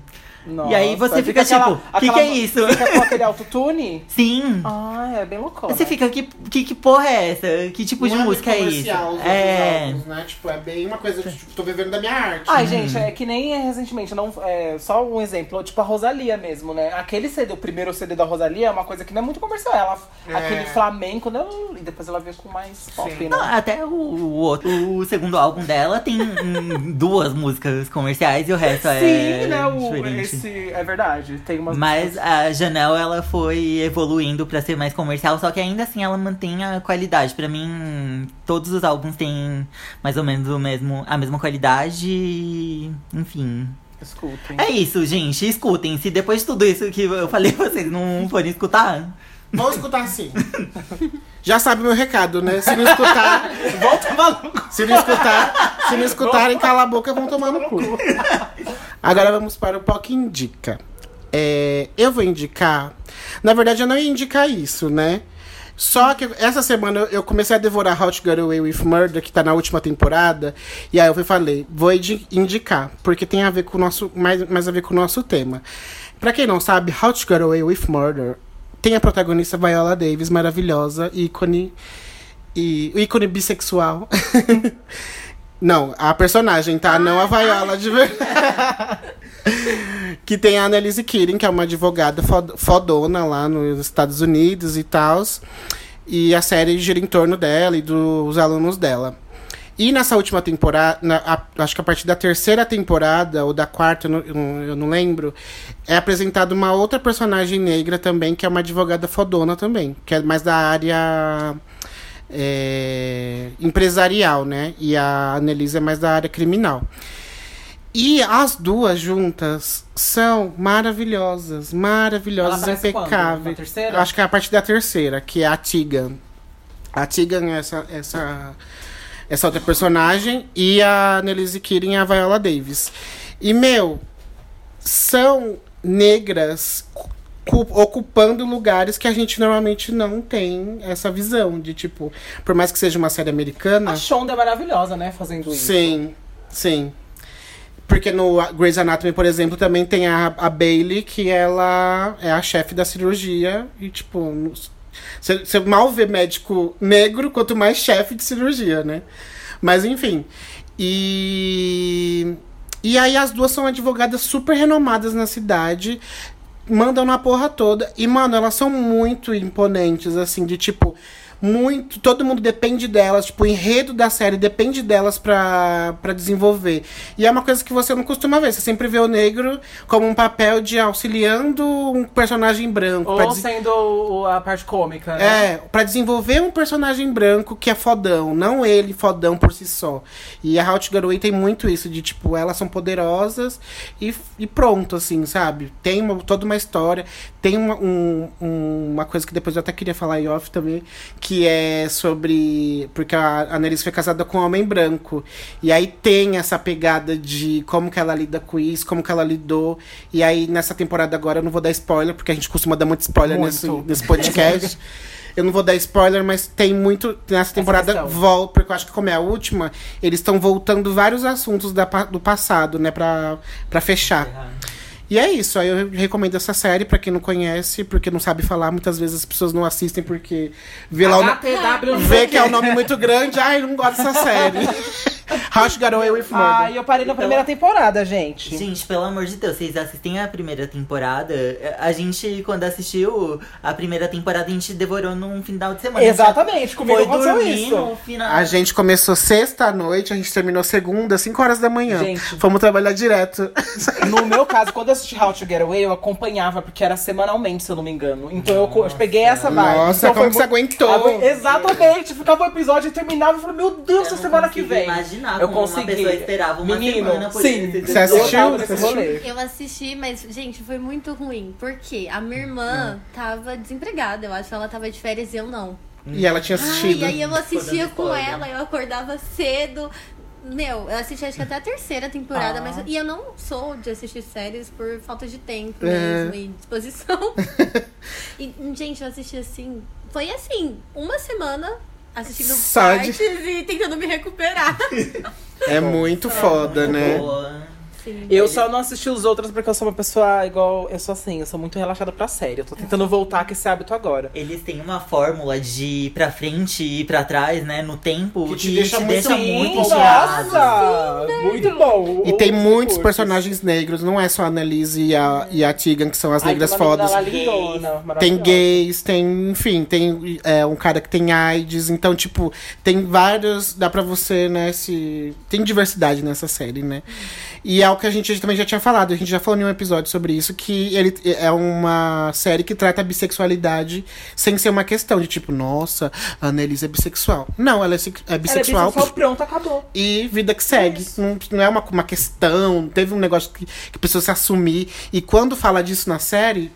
E aí você Nossa, fica aquela- tipo, o que é isso? Fica com aquele autotune? Sim. Ah, é bem loucona. Você fica, que porra é essa? Que tipo de Não música é isso? comercial, os outros álbuns, né? Tipo, é bem uma coisa, tipo, tô vivendo da minha arte. Ai, gente, é que nem recentemente, não, só um exemplo, tipo a Rosalía mesmo, né? Aquele CD, o primeiro CD da Rosalía é uma coisa que não é muito comercial. Aquele flamenco, não, e depois ela veio com mais pop, né? Não, até o segundo álbum dela tem 2 músicas comerciais e o resto é Sim, né? diferente. É verdade. Tem umas Mas a Janelle, ela foi evoluindo pra ser mais comercial, só que ainda assim ela mantém a qualidade. Pra mim, todos os álbuns têm mais ou menos a mesma qualidade e, enfim. Escutem. É isso, gente. Escutem. Se depois de tudo isso que eu falei, vocês não forem escutar... Vão escutar sim. Já sabe o meu recado, né? Se não escutar, vão tomar no cu. Se não escutarem, cala a boca, vão tomar no cu. Agora vamos para o POC Indica. Eu vou indicar... Na verdade, eu não ia indicar isso, né? Só que essa semana eu comecei a devorar How to Get Away with Murder, que tá na última temporada. E aí eu falei, vou indicar, porque tem a ver com o nosso... mais a ver com o nosso tema. Pra quem não sabe, How to Get Away with Murder tem a protagonista Viola Davis, maravilhosa, ícone bissexual. Não, a personagem, tá? Não a Viola de verdade. Que tem a Annalise Keating, que é uma advogada fodona lá nos Estados Unidos e tal. E a série gira em torno dela e dos alunos dela. E nessa última temporada, acho que a partir da 3ª temporada, ou da 4ª, eu não lembro, é apresentada uma outra personagem negra também, que é uma advogada fodona também, que é mais da área empresarial, né? E a Annalise é mais da área criminal. E as duas juntas são maravilhosas, impecáveis. Quando? Na terceira? Acho que é a partir da 3ª, que é a Tegan. A Tegan é essa outra personagem, e a Annalise Keating é a Viola Davis. E, são negras ocupando lugares que a gente normalmente não tem essa visão de, tipo, por mais que seja uma série americana... A Shonda é maravilhosa, né, fazendo isso. Sim. Porque no Grey's Anatomy, por exemplo, também tem a Bailey, que ela é a chefe da cirurgia, e, tipo... Você mal vê médico negro, quanto mais chefe de cirurgia, né? Mas, enfim. E aí as duas são advogadas super renomadas na cidade, mandam na porra toda. E, mano, elas são muito imponentes, assim, de tipo... todo mundo depende delas, tipo, o enredo da série depende delas pra desenvolver. E é uma coisa que você não costuma ver. Você sempre vê o negro como um papel de auxiliando um personagem branco. Ou sendo a parte cômica, né? Pra desenvolver um personagem branco que é fodão, não ele fodão por si só. E a How to Get Away tem muito isso, de tipo, elas são poderosas e pronto, assim, sabe? Tem toda uma história, tem uma coisa que depois eu até queria falar em off também, que é sobre... Porque a Annalise foi casada com um homem branco. E aí tem essa pegada de como que ela lida com isso, como que ela lidou. E aí, nessa temporada agora, eu não vou dar spoiler, porque a gente costuma dar muito spoiler nesse podcast. Eu não vou dar spoiler, mas tem muito... Nessa temporada, porque eu acho que como é a última, eles estão voltando vários assuntos do passado, né? Pra fechar. E é isso, aí eu recomendo essa série pra quem não conhece, porque não sabe falar. Muitas vezes as pessoas não assistem porque vê lá vê que é um nome muito grande. Ai, não gosto dessa série. How to Get Away with Murder. Eu parei na primeira temporada, gente. Gente, pelo amor de Deus, vocês assistem a primeira temporada? A gente, quando assistiu a primeira temporada, a gente devorou num final de semana. Exatamente, comigo aconteceu isso. No final. A gente começou sexta à noite, a gente terminou segunda, 5 horas da manhã. Gente. Fomos trabalhar direto. No meu caso, quando eu assisti How to Get Away, eu acompanhava, porque era semanalmente, se eu não me engano. Então eu peguei essa vibe. Nossa, então, como você aguentou? Exatamente, ficava o episódio e terminava e falei, meu Deus, essa semana que vem. Eu consegui. Uma pessoa esperava uma semana por sim. isso. Você assistiu? Eu assisti, mas, gente, foi muito ruim. Porque a minha irmã tava desempregada. Eu acho que ela tava de férias e eu não. E ela tinha assistido. E aí eu assistia com ela, eu acordava cedo. Eu assisti acho que até a 3ª temporada, mas e eu não sou de assistir séries por falta de tempo mesmo e disposição. E, gente, eu assisti assim, foi assim, uma semana assistindo partes e tentando me recuperar. É muito foda, né? Boa. Sim. Eu só não assisti os outros porque eu sou uma pessoa igual. Eu sou assim, eu sou muito relaxada pra série. Eu tô tentando voltar com esse hábito agora. Eles têm uma fórmula de ir pra frente e ir pra trás, né? No tempo, Que te que deixa te muito deixa sim, muito Nossa! instigado. Muito bom. E tem muitos Curtos. personagens negros, não é só a Annalise e a Tegan, que são as Ai, negras tem uma menina fodas. lá lindona, Tem maravilhosa. gays, tem, enfim, tem um cara que tem AIDS. Então, tipo, tem vários. Dá pra você, né, tem diversidade nessa série, né? E é o que a gente também já tinha falado. A gente já falou em um episódio sobre isso, que ele é uma série que trata a bissexualidade sem ser uma questão de tipo, nossa, a Annalise é bissexual. Não, ela é bissexual. Pronto, acabou. E vida que segue. Não é uma questão. Não teve um negócio que precisa se assumir. E quando fala disso na série.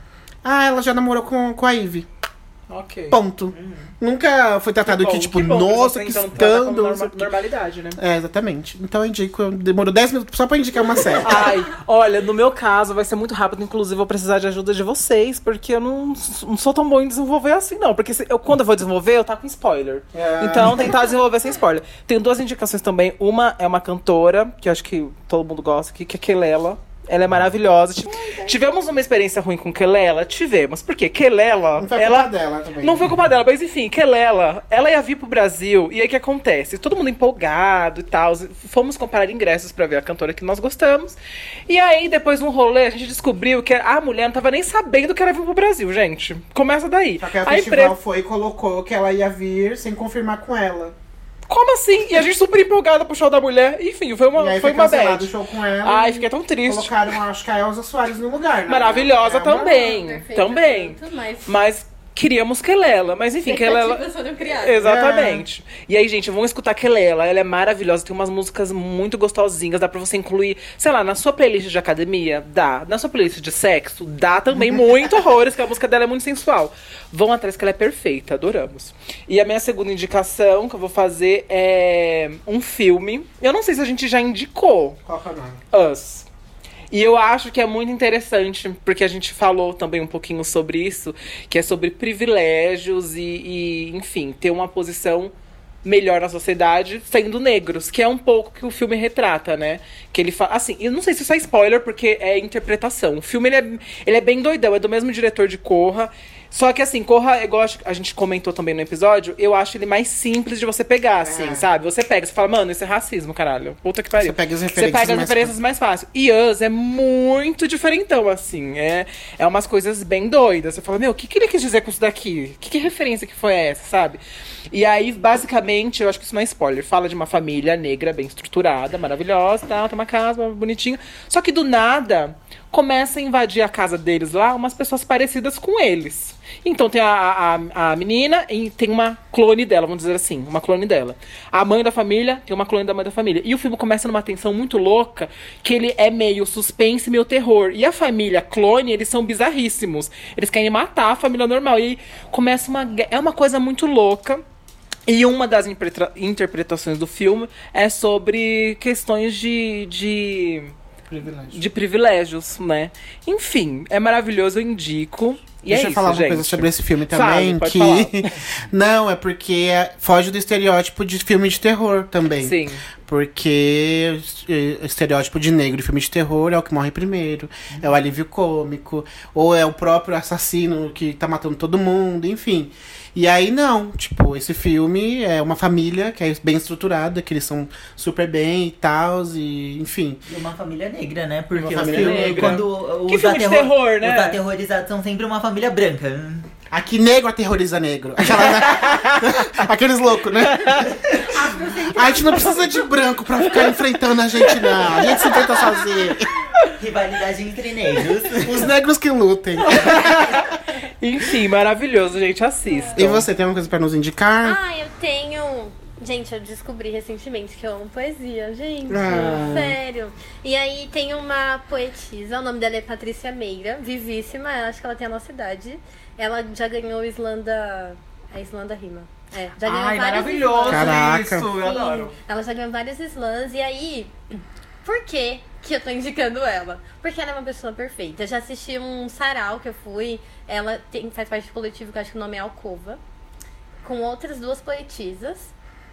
Ela já namorou com a Ivy. Ok. Ponto. Nunca foi tratado que, tipo, nossa, que escândalo. não sei o quê. Normalidade, né? Exatamente. Então eu indico. Demorou 10 minutos só pra indicar uma série. Ai, olha, no meu caso vai ser muito rápido. Inclusive, vou precisar de ajuda de vocês, porque eu não sou tão bom em desenvolver assim, não. Porque quando eu vou desenvolver, eu tá com spoiler. Então, tentar desenvolver sem spoiler. Tenho 2 indicações também. Uma é uma cantora, que eu acho que todo mundo gosta, que é Kelela. Ela é maravilhosa. Tivemos uma experiência ruim com Kelela? Tivemos. Por quê? Kelela... Não foi culpa dela também. Não foi culpa dela, mas enfim, Kelela, ela ia vir pro Brasil, e aí o que acontece? Todo mundo empolgado e tal, fomos comprar ingressos pra ver a cantora que nós gostamos, e aí depois de um rolê, a gente descobriu que a mulher não tava nem sabendo que ela ia vir pro Brasil, gente. Começa daí. Só que a festival foi e colocou que ela ia vir sem confirmar com ela. Como assim? E a gente super empolgada pro show da mulher. Enfim, foi E aí uma foi cancelado bad. o show com ela. Ai, e fiquei tão triste. Colocaram, acho que a Elza Soares no lugar, né? Maravilhosa também. Perfeita Também. tanto, mas Mas queríamos Kelela. Mas enfim, Kelela... expectativas foram criadas. Exatamente. E aí, gente, vamos escutar Kelela. Ela é maravilhosa, tem umas músicas muito gostosinhas. Dá pra você incluir, sei lá, na sua playlist de academia, dá. Na sua playlist de sexo, dá também muito horrores, que a música dela é muito sensual. Vão atrás que ela é perfeita, adoramos. E a minha segunda indicação que eu vou fazer é um filme. Eu não sei se a gente já indicou. Qual que é o nome? Us. E eu acho que é muito interessante, porque a gente falou também um pouquinho sobre isso, que é sobre privilégios e enfim, ter uma posição melhor na sociedade sendo negros, que é um pouco que o filme retrata, né? Que ele fala, assim, eu não sei se isso é spoiler, porque é interpretação. O filme, ele é bem doidão, é do mesmo diretor de Corra. Só que assim, Corra, igual a gente comentou também no episódio, eu acho ele mais simples de você pegar, assim, sabe? Você pega, você fala, mano, isso é racismo, caralho. Puta que pariu. Você pega as referências mais fácil. E Us é muito diferentão, assim. É umas coisas bem doidas. Você fala, meu, o que ele quis dizer com isso daqui? Que referência que foi essa, sabe? E aí, basicamente, eu acho que isso não é spoiler. Fala de uma família negra bem estruturada, maravilhosa, tal, tem uma casa bonitinha. Só que do nada, começa a invadir a casa deles lá umas pessoas parecidas com eles. Então tem a menina e tem uma clone dela, vamos dizer assim, uma clone dela. A mãe da família tem uma clone da mãe da família. E o filme começa numa tensão muito louca, que ele é meio suspense, meio terror. E a família clone, eles são bizarríssimos. Eles querem matar a família normal. E aí começa é uma coisa muito louca. E uma das interpretações do filme é sobre questões de privilégios, né? Enfim, é maravilhoso, eu indico. E Deixa é eu falar isso, uma coisa gente. sobre esse filme também, Pode que falar. não, é porque foge do estereótipo de filme de terror também. Sim. Porque o estereótipo de negro de filme de terror é o que morre primeiro, é o alívio cômico, ou é o próprio assassino que tá matando todo mundo, enfim. E aí não, tipo, esse filme é uma família que é bem estruturada, que eles são super bem e tal, e enfim. E uma família negra, né? Porque Uma os família filmes, negra. quando Que filme de terror, né? Os aterrorizados são sempre uma família branca. Aqui negro aterroriza negro. Aqueles loucos, né? A gente não precisa de branco pra ficar enfrentando a gente, não. A gente se enfrenta sozinho. Rivalidade entre negros. Os negros que lutem. Enfim, maravilhoso, gente, assista. E você, tem alguma coisa pra nos indicar? Ah, eu tenho... Gente, eu descobri recentemente que eu amo poesia, gente. Ah. Sério. E aí tem uma poetisa, o nome dela é Patrícia Meira, vivíssima, acho que ela tem a nossa idade. Ela já ganhou a Islanda Rima. É, já ganhou Ai, vários maravilhoso slams. Caraca. isso, eu adoro. Ela já ganhou vários slams. E aí, por que eu tô indicando ela? Porque ela é uma pessoa perfeita. Eu já assisti um sarau que eu fui. Ela faz parte do coletivo que eu acho que o nome é Alcova. Com outras 2 poetisas.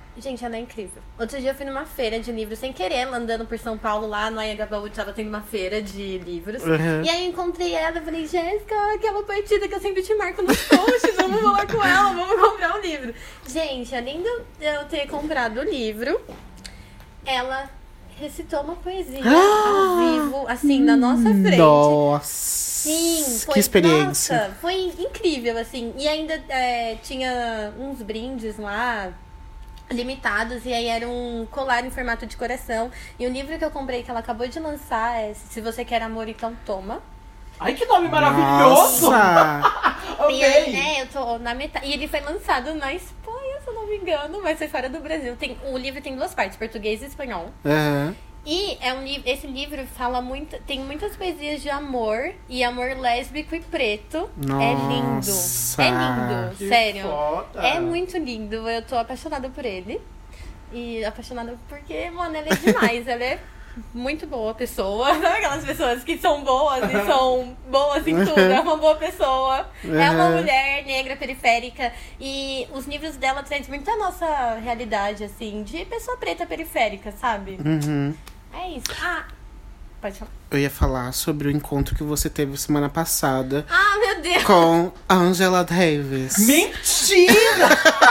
Gente, ela é incrível. Outro dia eu fui numa feira de livros, sem querer, andando por São Paulo, lá no Anhangabaú, tava tendo uma feira de livros. Uhum. E aí eu encontrei ela e falei, Jéssica, aquela partida que eu sempre te marco nos posts, vamos falar com ela, vamos comprar um livro. Gente, além de eu ter comprado o livro, ela recitou uma poesia ao vivo, assim, na nossa frente. Nossa! Sim, foi, que experiência. Nossa, foi incrível, assim. E ainda tinha uns brindes lá, limitados, e aí era um colar em formato de coração. E o livro que eu comprei, que ela acabou de lançar, é Se Você Quer Amor, Então Toma. Ai, que nome maravilhoso! Nossa! E aí, né, eu tô na metade. E ele foi lançado na Espanha, se eu não me engano, mas foi fora do Brasil. O livro tem 2 partes, português e espanhol. Uhum. E esse livro fala tem muitas poesias de amor e amor lésbico e preto. Nossa. É lindo. É lindo, Que sério. foda. É muito lindo. Eu tô apaixonada por ele. E apaixonada porque, mano, ela é demais. Ela é muito boa pessoa. Sabe aquelas pessoas que são boas e são boas em tudo? É uma boa pessoa. É uma mulher negra periférica. E os livros dela trazem muito a nossa realidade, assim, de pessoa preta periférica, sabe? Uhum. É isso. Pode falar. Eu ia falar sobre o encontro que você teve semana passada Meu Deus! com Angela Davis. Mentira!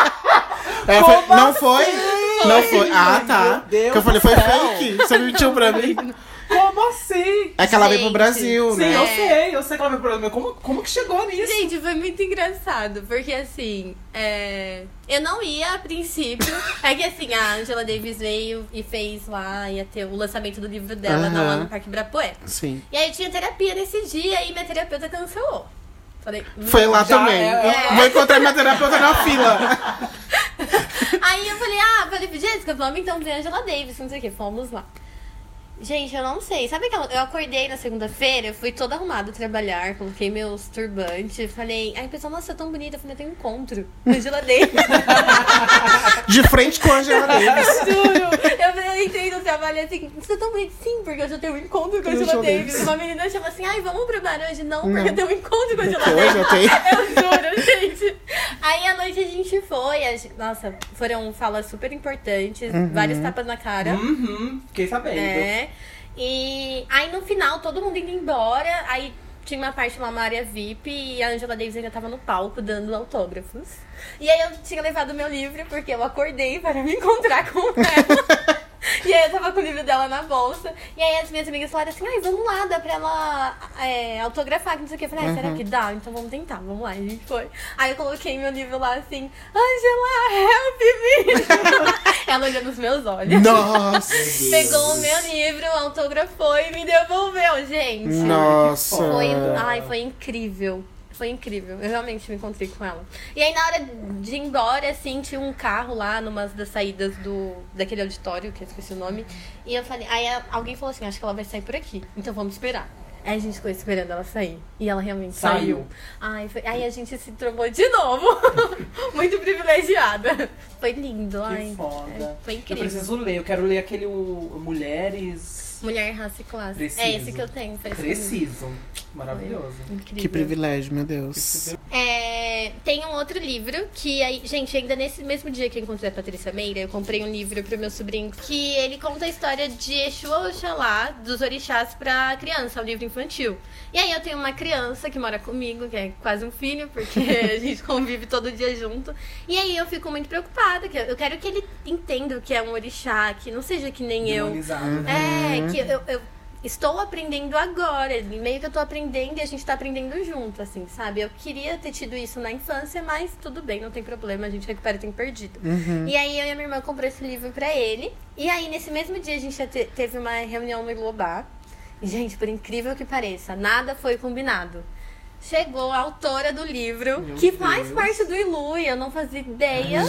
Não foi? Não foi. Ah, tá. Meu Deus Que eu falei, do foi céu. fake. Você mentiu pra mim. Como assim? É que ela veio pro Gente, Brasil, Sim, né? eu sei que ela veio pro Brasil. Como que chegou nisso? Gente, foi muito engraçado, porque assim, eu não ia a princípio. É que assim, a Angela Davis veio e fez lá, ia ter o lançamento do livro dela lá no Parque Ibirapuera. Sim. E aí eu tinha terapia nesse dia e minha terapeuta cancelou. Falei, Foi lá Já também. é. Vou encontrar minha terapeuta na fila. Aí eu falei, Jéssica, vamos então ver a Angela Davis, não sei o que, fomos lá. Gente, eu não sei. Sabe aquela... Eu acordei na segunda-feira, eu fui toda arrumada trabalhar, coloquei meus turbantes, falei... Aí o pessoal, nossa, tá tão bonita. Eu falei, eu tenho um encontro com a Angela Davis. De frente com a Angela Davis. Juro. Eu entrei no trabalho assim, você tá tão bonita? Sim, porque eu já tenho um encontro com a Angela Davis. Uma menina chama assim, ai, vamos pro bar hoje? Não, porque eu tenho um encontro com a Angela Davis. Hoje eu tenho. Eu juro, gente. Aí à noite a gente foi. Nossa, foram falas super importantes, vários tapas na cara. Fiquei sabendo. E aí no final, todo mundo indo embora, aí tinha uma parte lá, uma área VIP, e a Angela Davis ainda tava no palco dando autógrafos. E aí eu tinha levado o meu livro, porque eu acordei para me encontrar com ela. E aí eu tava com o livro dela na bolsa. E aí as minhas amigas falaram assim, ai, vamos lá, dá pra ela autografar, que não sei o que. Eu falei, será que dá? Então vamos tentar, vamos lá. E a gente foi. Aí eu coloquei meu livro lá assim, Angela, help me! Ela olhou nos meus olhos. Nossa. Pegou o meu livro, autografou e me devolveu, gente. Nossa. Foi incrível. Foi incrível. Eu realmente me encontrei com ela. E aí, na hora de ir embora, assim, tinha um carro lá, numa das saídas daquele auditório, que eu esqueci o nome. E eu falei... Aí alguém falou assim, acho que ela vai sair por aqui. Então vamos esperar. Aí a gente ficou esperando ela sair. E ela realmente saiu. Aí a gente se trombou de novo. Muito privilegiada. Foi lindo. Que foda. Foi Eu incrível. preciso ler. Eu quero ler aquele Mulheres... Mulher, Raça e Classe. Preciso. É esse que eu tenho. Foi esse Preciso. Maravilhoso. incrível. Que privilégio, meu Deus. Tem um outro livro que aí, gente, ainda nesse mesmo dia que eu encontrei a Patrícia Meira, eu comprei um livro pro meu sobrinho que ele conta a história de Exu Oxalá, dos orixás pra criança, um livro infantil. E aí eu tenho uma criança que mora comigo, que é quase um filho, porque a gente convive todo dia junto. E aí eu fico muito preocupada, que eu quero que ele entenda o que é um orixá, que não seja que nem eu. Demonizado, né? Que eu estou aprendendo agora, meio que eu tô aprendendo e a gente tá aprendendo junto, assim, sabe? Eu queria ter tido isso na infância, mas tudo bem, não tem problema, a gente recupera o tempo perdido. E aí eu e a minha irmã comprou esse livro pra ele, e aí nesse mesmo dia a gente teve uma reunião no Iglobá, e gente, por incrível que pareça, nada foi combinado. Chegou a autora do livro, que faz parte do Ilu, e eu não fazia ideia.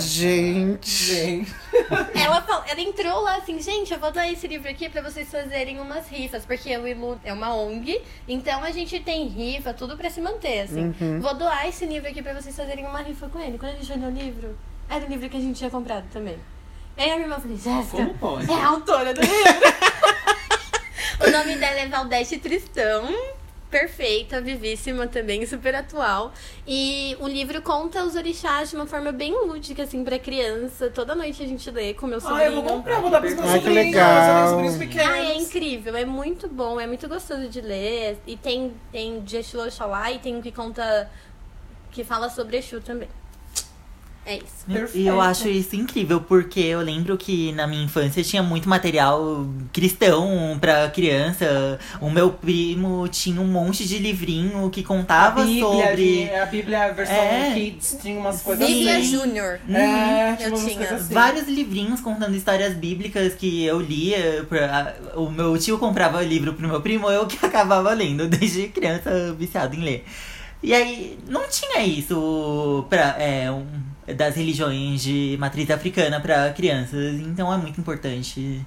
Gente. Ela entrou lá assim, gente, eu vou dar esse livro aqui pra vocês fazerem umas rifas, porque o Ilu é uma ONG, então a gente tem rifa, tudo pra se manter, assim. Vou doar esse livro aqui pra vocês fazerem uma rifa com ele. Quando a gente olhou o livro, era o livro que a gente tinha comprado também. Aí a minha irmã falou, Jéssica, Como pode? é a autora do livro. O nome dela é Valdete Tristão. perfeita, vivíssima também, super atual. E o livro conta os orixás de uma forma bem lúdica, assim, pra criança. Toda noite a gente lê com meu sobrinho. Eu vou comprar, vou dar pros meus Ai, que sobrinhos. legal. Eu tenho sobrinhos pequenos. É incrível, é muito bom, é muito gostoso de ler. E tem de Exu Oxalá e tem um que conta, que fala sobre Exu também. É isso. E eu acho isso incrível, porque eu lembro que na minha infância tinha muito material cristão pra criança. O meu primo tinha um monte de livrinho que contava sobre... A Bíblia versão Kids tinha umas coisas Bíblia assim. Júnior. Tinha Eu umas tinha. coisas assim. Vários livrinhos contando histórias bíblicas que eu lia. O meu tio comprava livro pro meu primo, eu que acabava lendo desde criança, viciado em ler. E aí, não tinha isso das religiões de matriz africana para crianças. Então é muito importante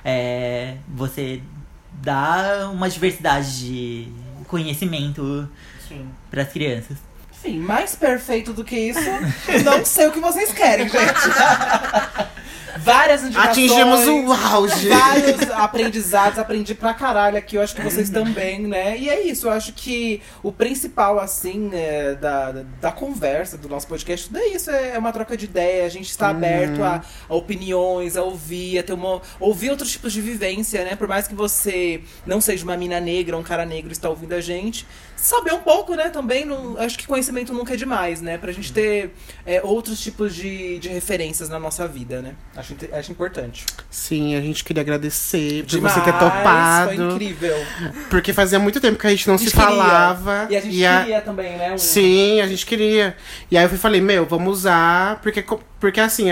você dar uma diversidade de conhecimento para as crianças. Enfim, mais perfeito do que isso, não sei o que vocês querem, gente. Várias indicações. Atingimos o auge. Vários aprendizados, aprendi pra caralho aqui, eu acho que vocês também, né? E é isso, eu acho que o principal, assim, da conversa do nosso podcast, tudo é isso, é uma troca de ideia, a gente está aberto a opiniões, a ouvir, ouvir outros tipos de vivência, né? Por mais que você não seja uma mina negra, um cara negro está ouvindo a gente, saber um pouco, né, também, acho que conhecimento nunca é demais, né? Pra gente ter outros tipos de referências na nossa vida, né? Acho importante. Sim, a gente queria agradecer por Demais, você ter topado. foi incrível. Porque fazia muito tempo que a gente não se falava. E a gente queria também, né? Sim, a gente queria. E aí eu falei, vamos usar, porque assim,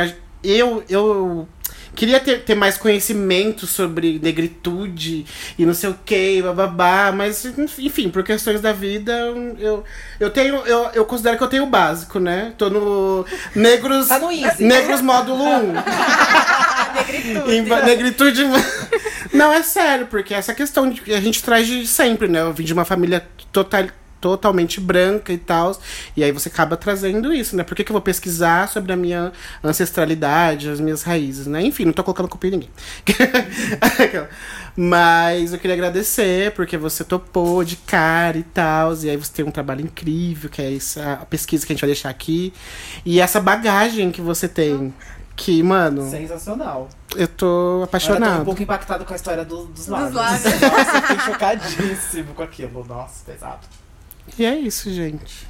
eu queria ter mais conhecimento sobre negritude e não sei o que, bababá, mas enfim, por questões da vida, eu considero que eu tenho o básico, né? Tô no Negros. Tá no Easy. Negros módulo 1. Negritude. Não, é sério, porque essa questão a gente traz de sempre, né? Eu vim de uma família totalmente branca e tal. E aí você acaba trazendo isso, né? Por que eu vou pesquisar sobre a minha ancestralidade, as minhas raízes, né? Enfim, não tô colocando culpa em ninguém. Mas eu queria agradecer, porque você topou de cara e tal. E aí você tem um trabalho incrível, que é essa pesquisa que a gente vai deixar aqui. E essa bagagem que você tem. Que, mano... Sensacional. Eu tô apaixonado. Eu tô um pouco impactado com a história dos lábios. lábios. Nossa, eu fiquei chocadíssimo com aquilo. Nossa, pesado. E é isso, gente.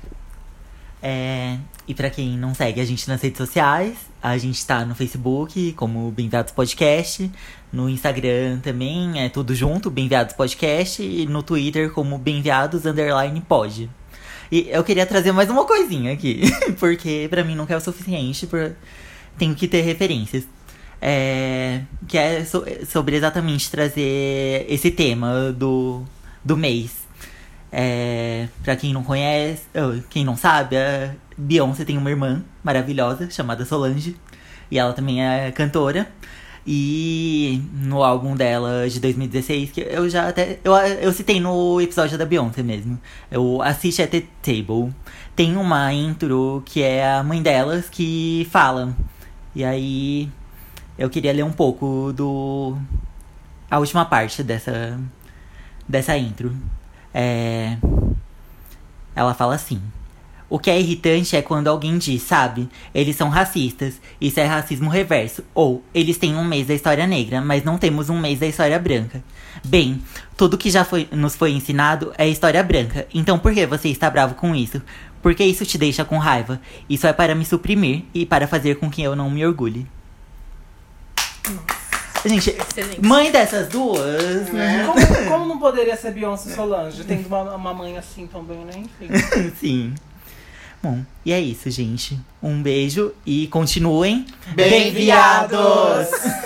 E pra quem não segue a gente nas redes sociais, a gente tá no Facebook como Bem-Viados Podcast, no Instagram também é tudo junto, Bem-Viados Podcast, e no Twitter como Bem-Viados_pod. E eu queria trazer mais uma coisinha aqui, porque pra mim nunca é o suficiente, tenho que ter referências. Que é sobre exatamente trazer esse tema do mês. Pra quem não conhece, quem não sabe, a Beyoncé tem uma irmã maravilhosa chamada Solange. E ela também é cantora. E no álbum dela de 2016, que eu já até... Eu citei no episódio da Beyoncé mesmo. Eu Assist at the Table. Tem uma intro que é a mãe delas que fala. E aí eu queria ler um pouco a última parte dessa intro. Ela fala assim: o que é irritante é quando alguém diz, sabe, eles são racistas, isso é racismo reverso. Ou, eles têm um mês da história negra, mas não temos um mês da história branca. Bem, tudo que já nos foi ensinado é história branca. Então por que você está bravo com isso? Por que isso te deixa com raiva? Isso é para me suprimir e para fazer com que eu não me orgulhe. Gente, Excelente. Mãe dessas duas, né? Como não poderia ser Beyoncé e Solange? Tendo uma mãe assim também, né? Enfim. Sim. Bom, e é isso, gente. Um beijo e continuem Bem-viados!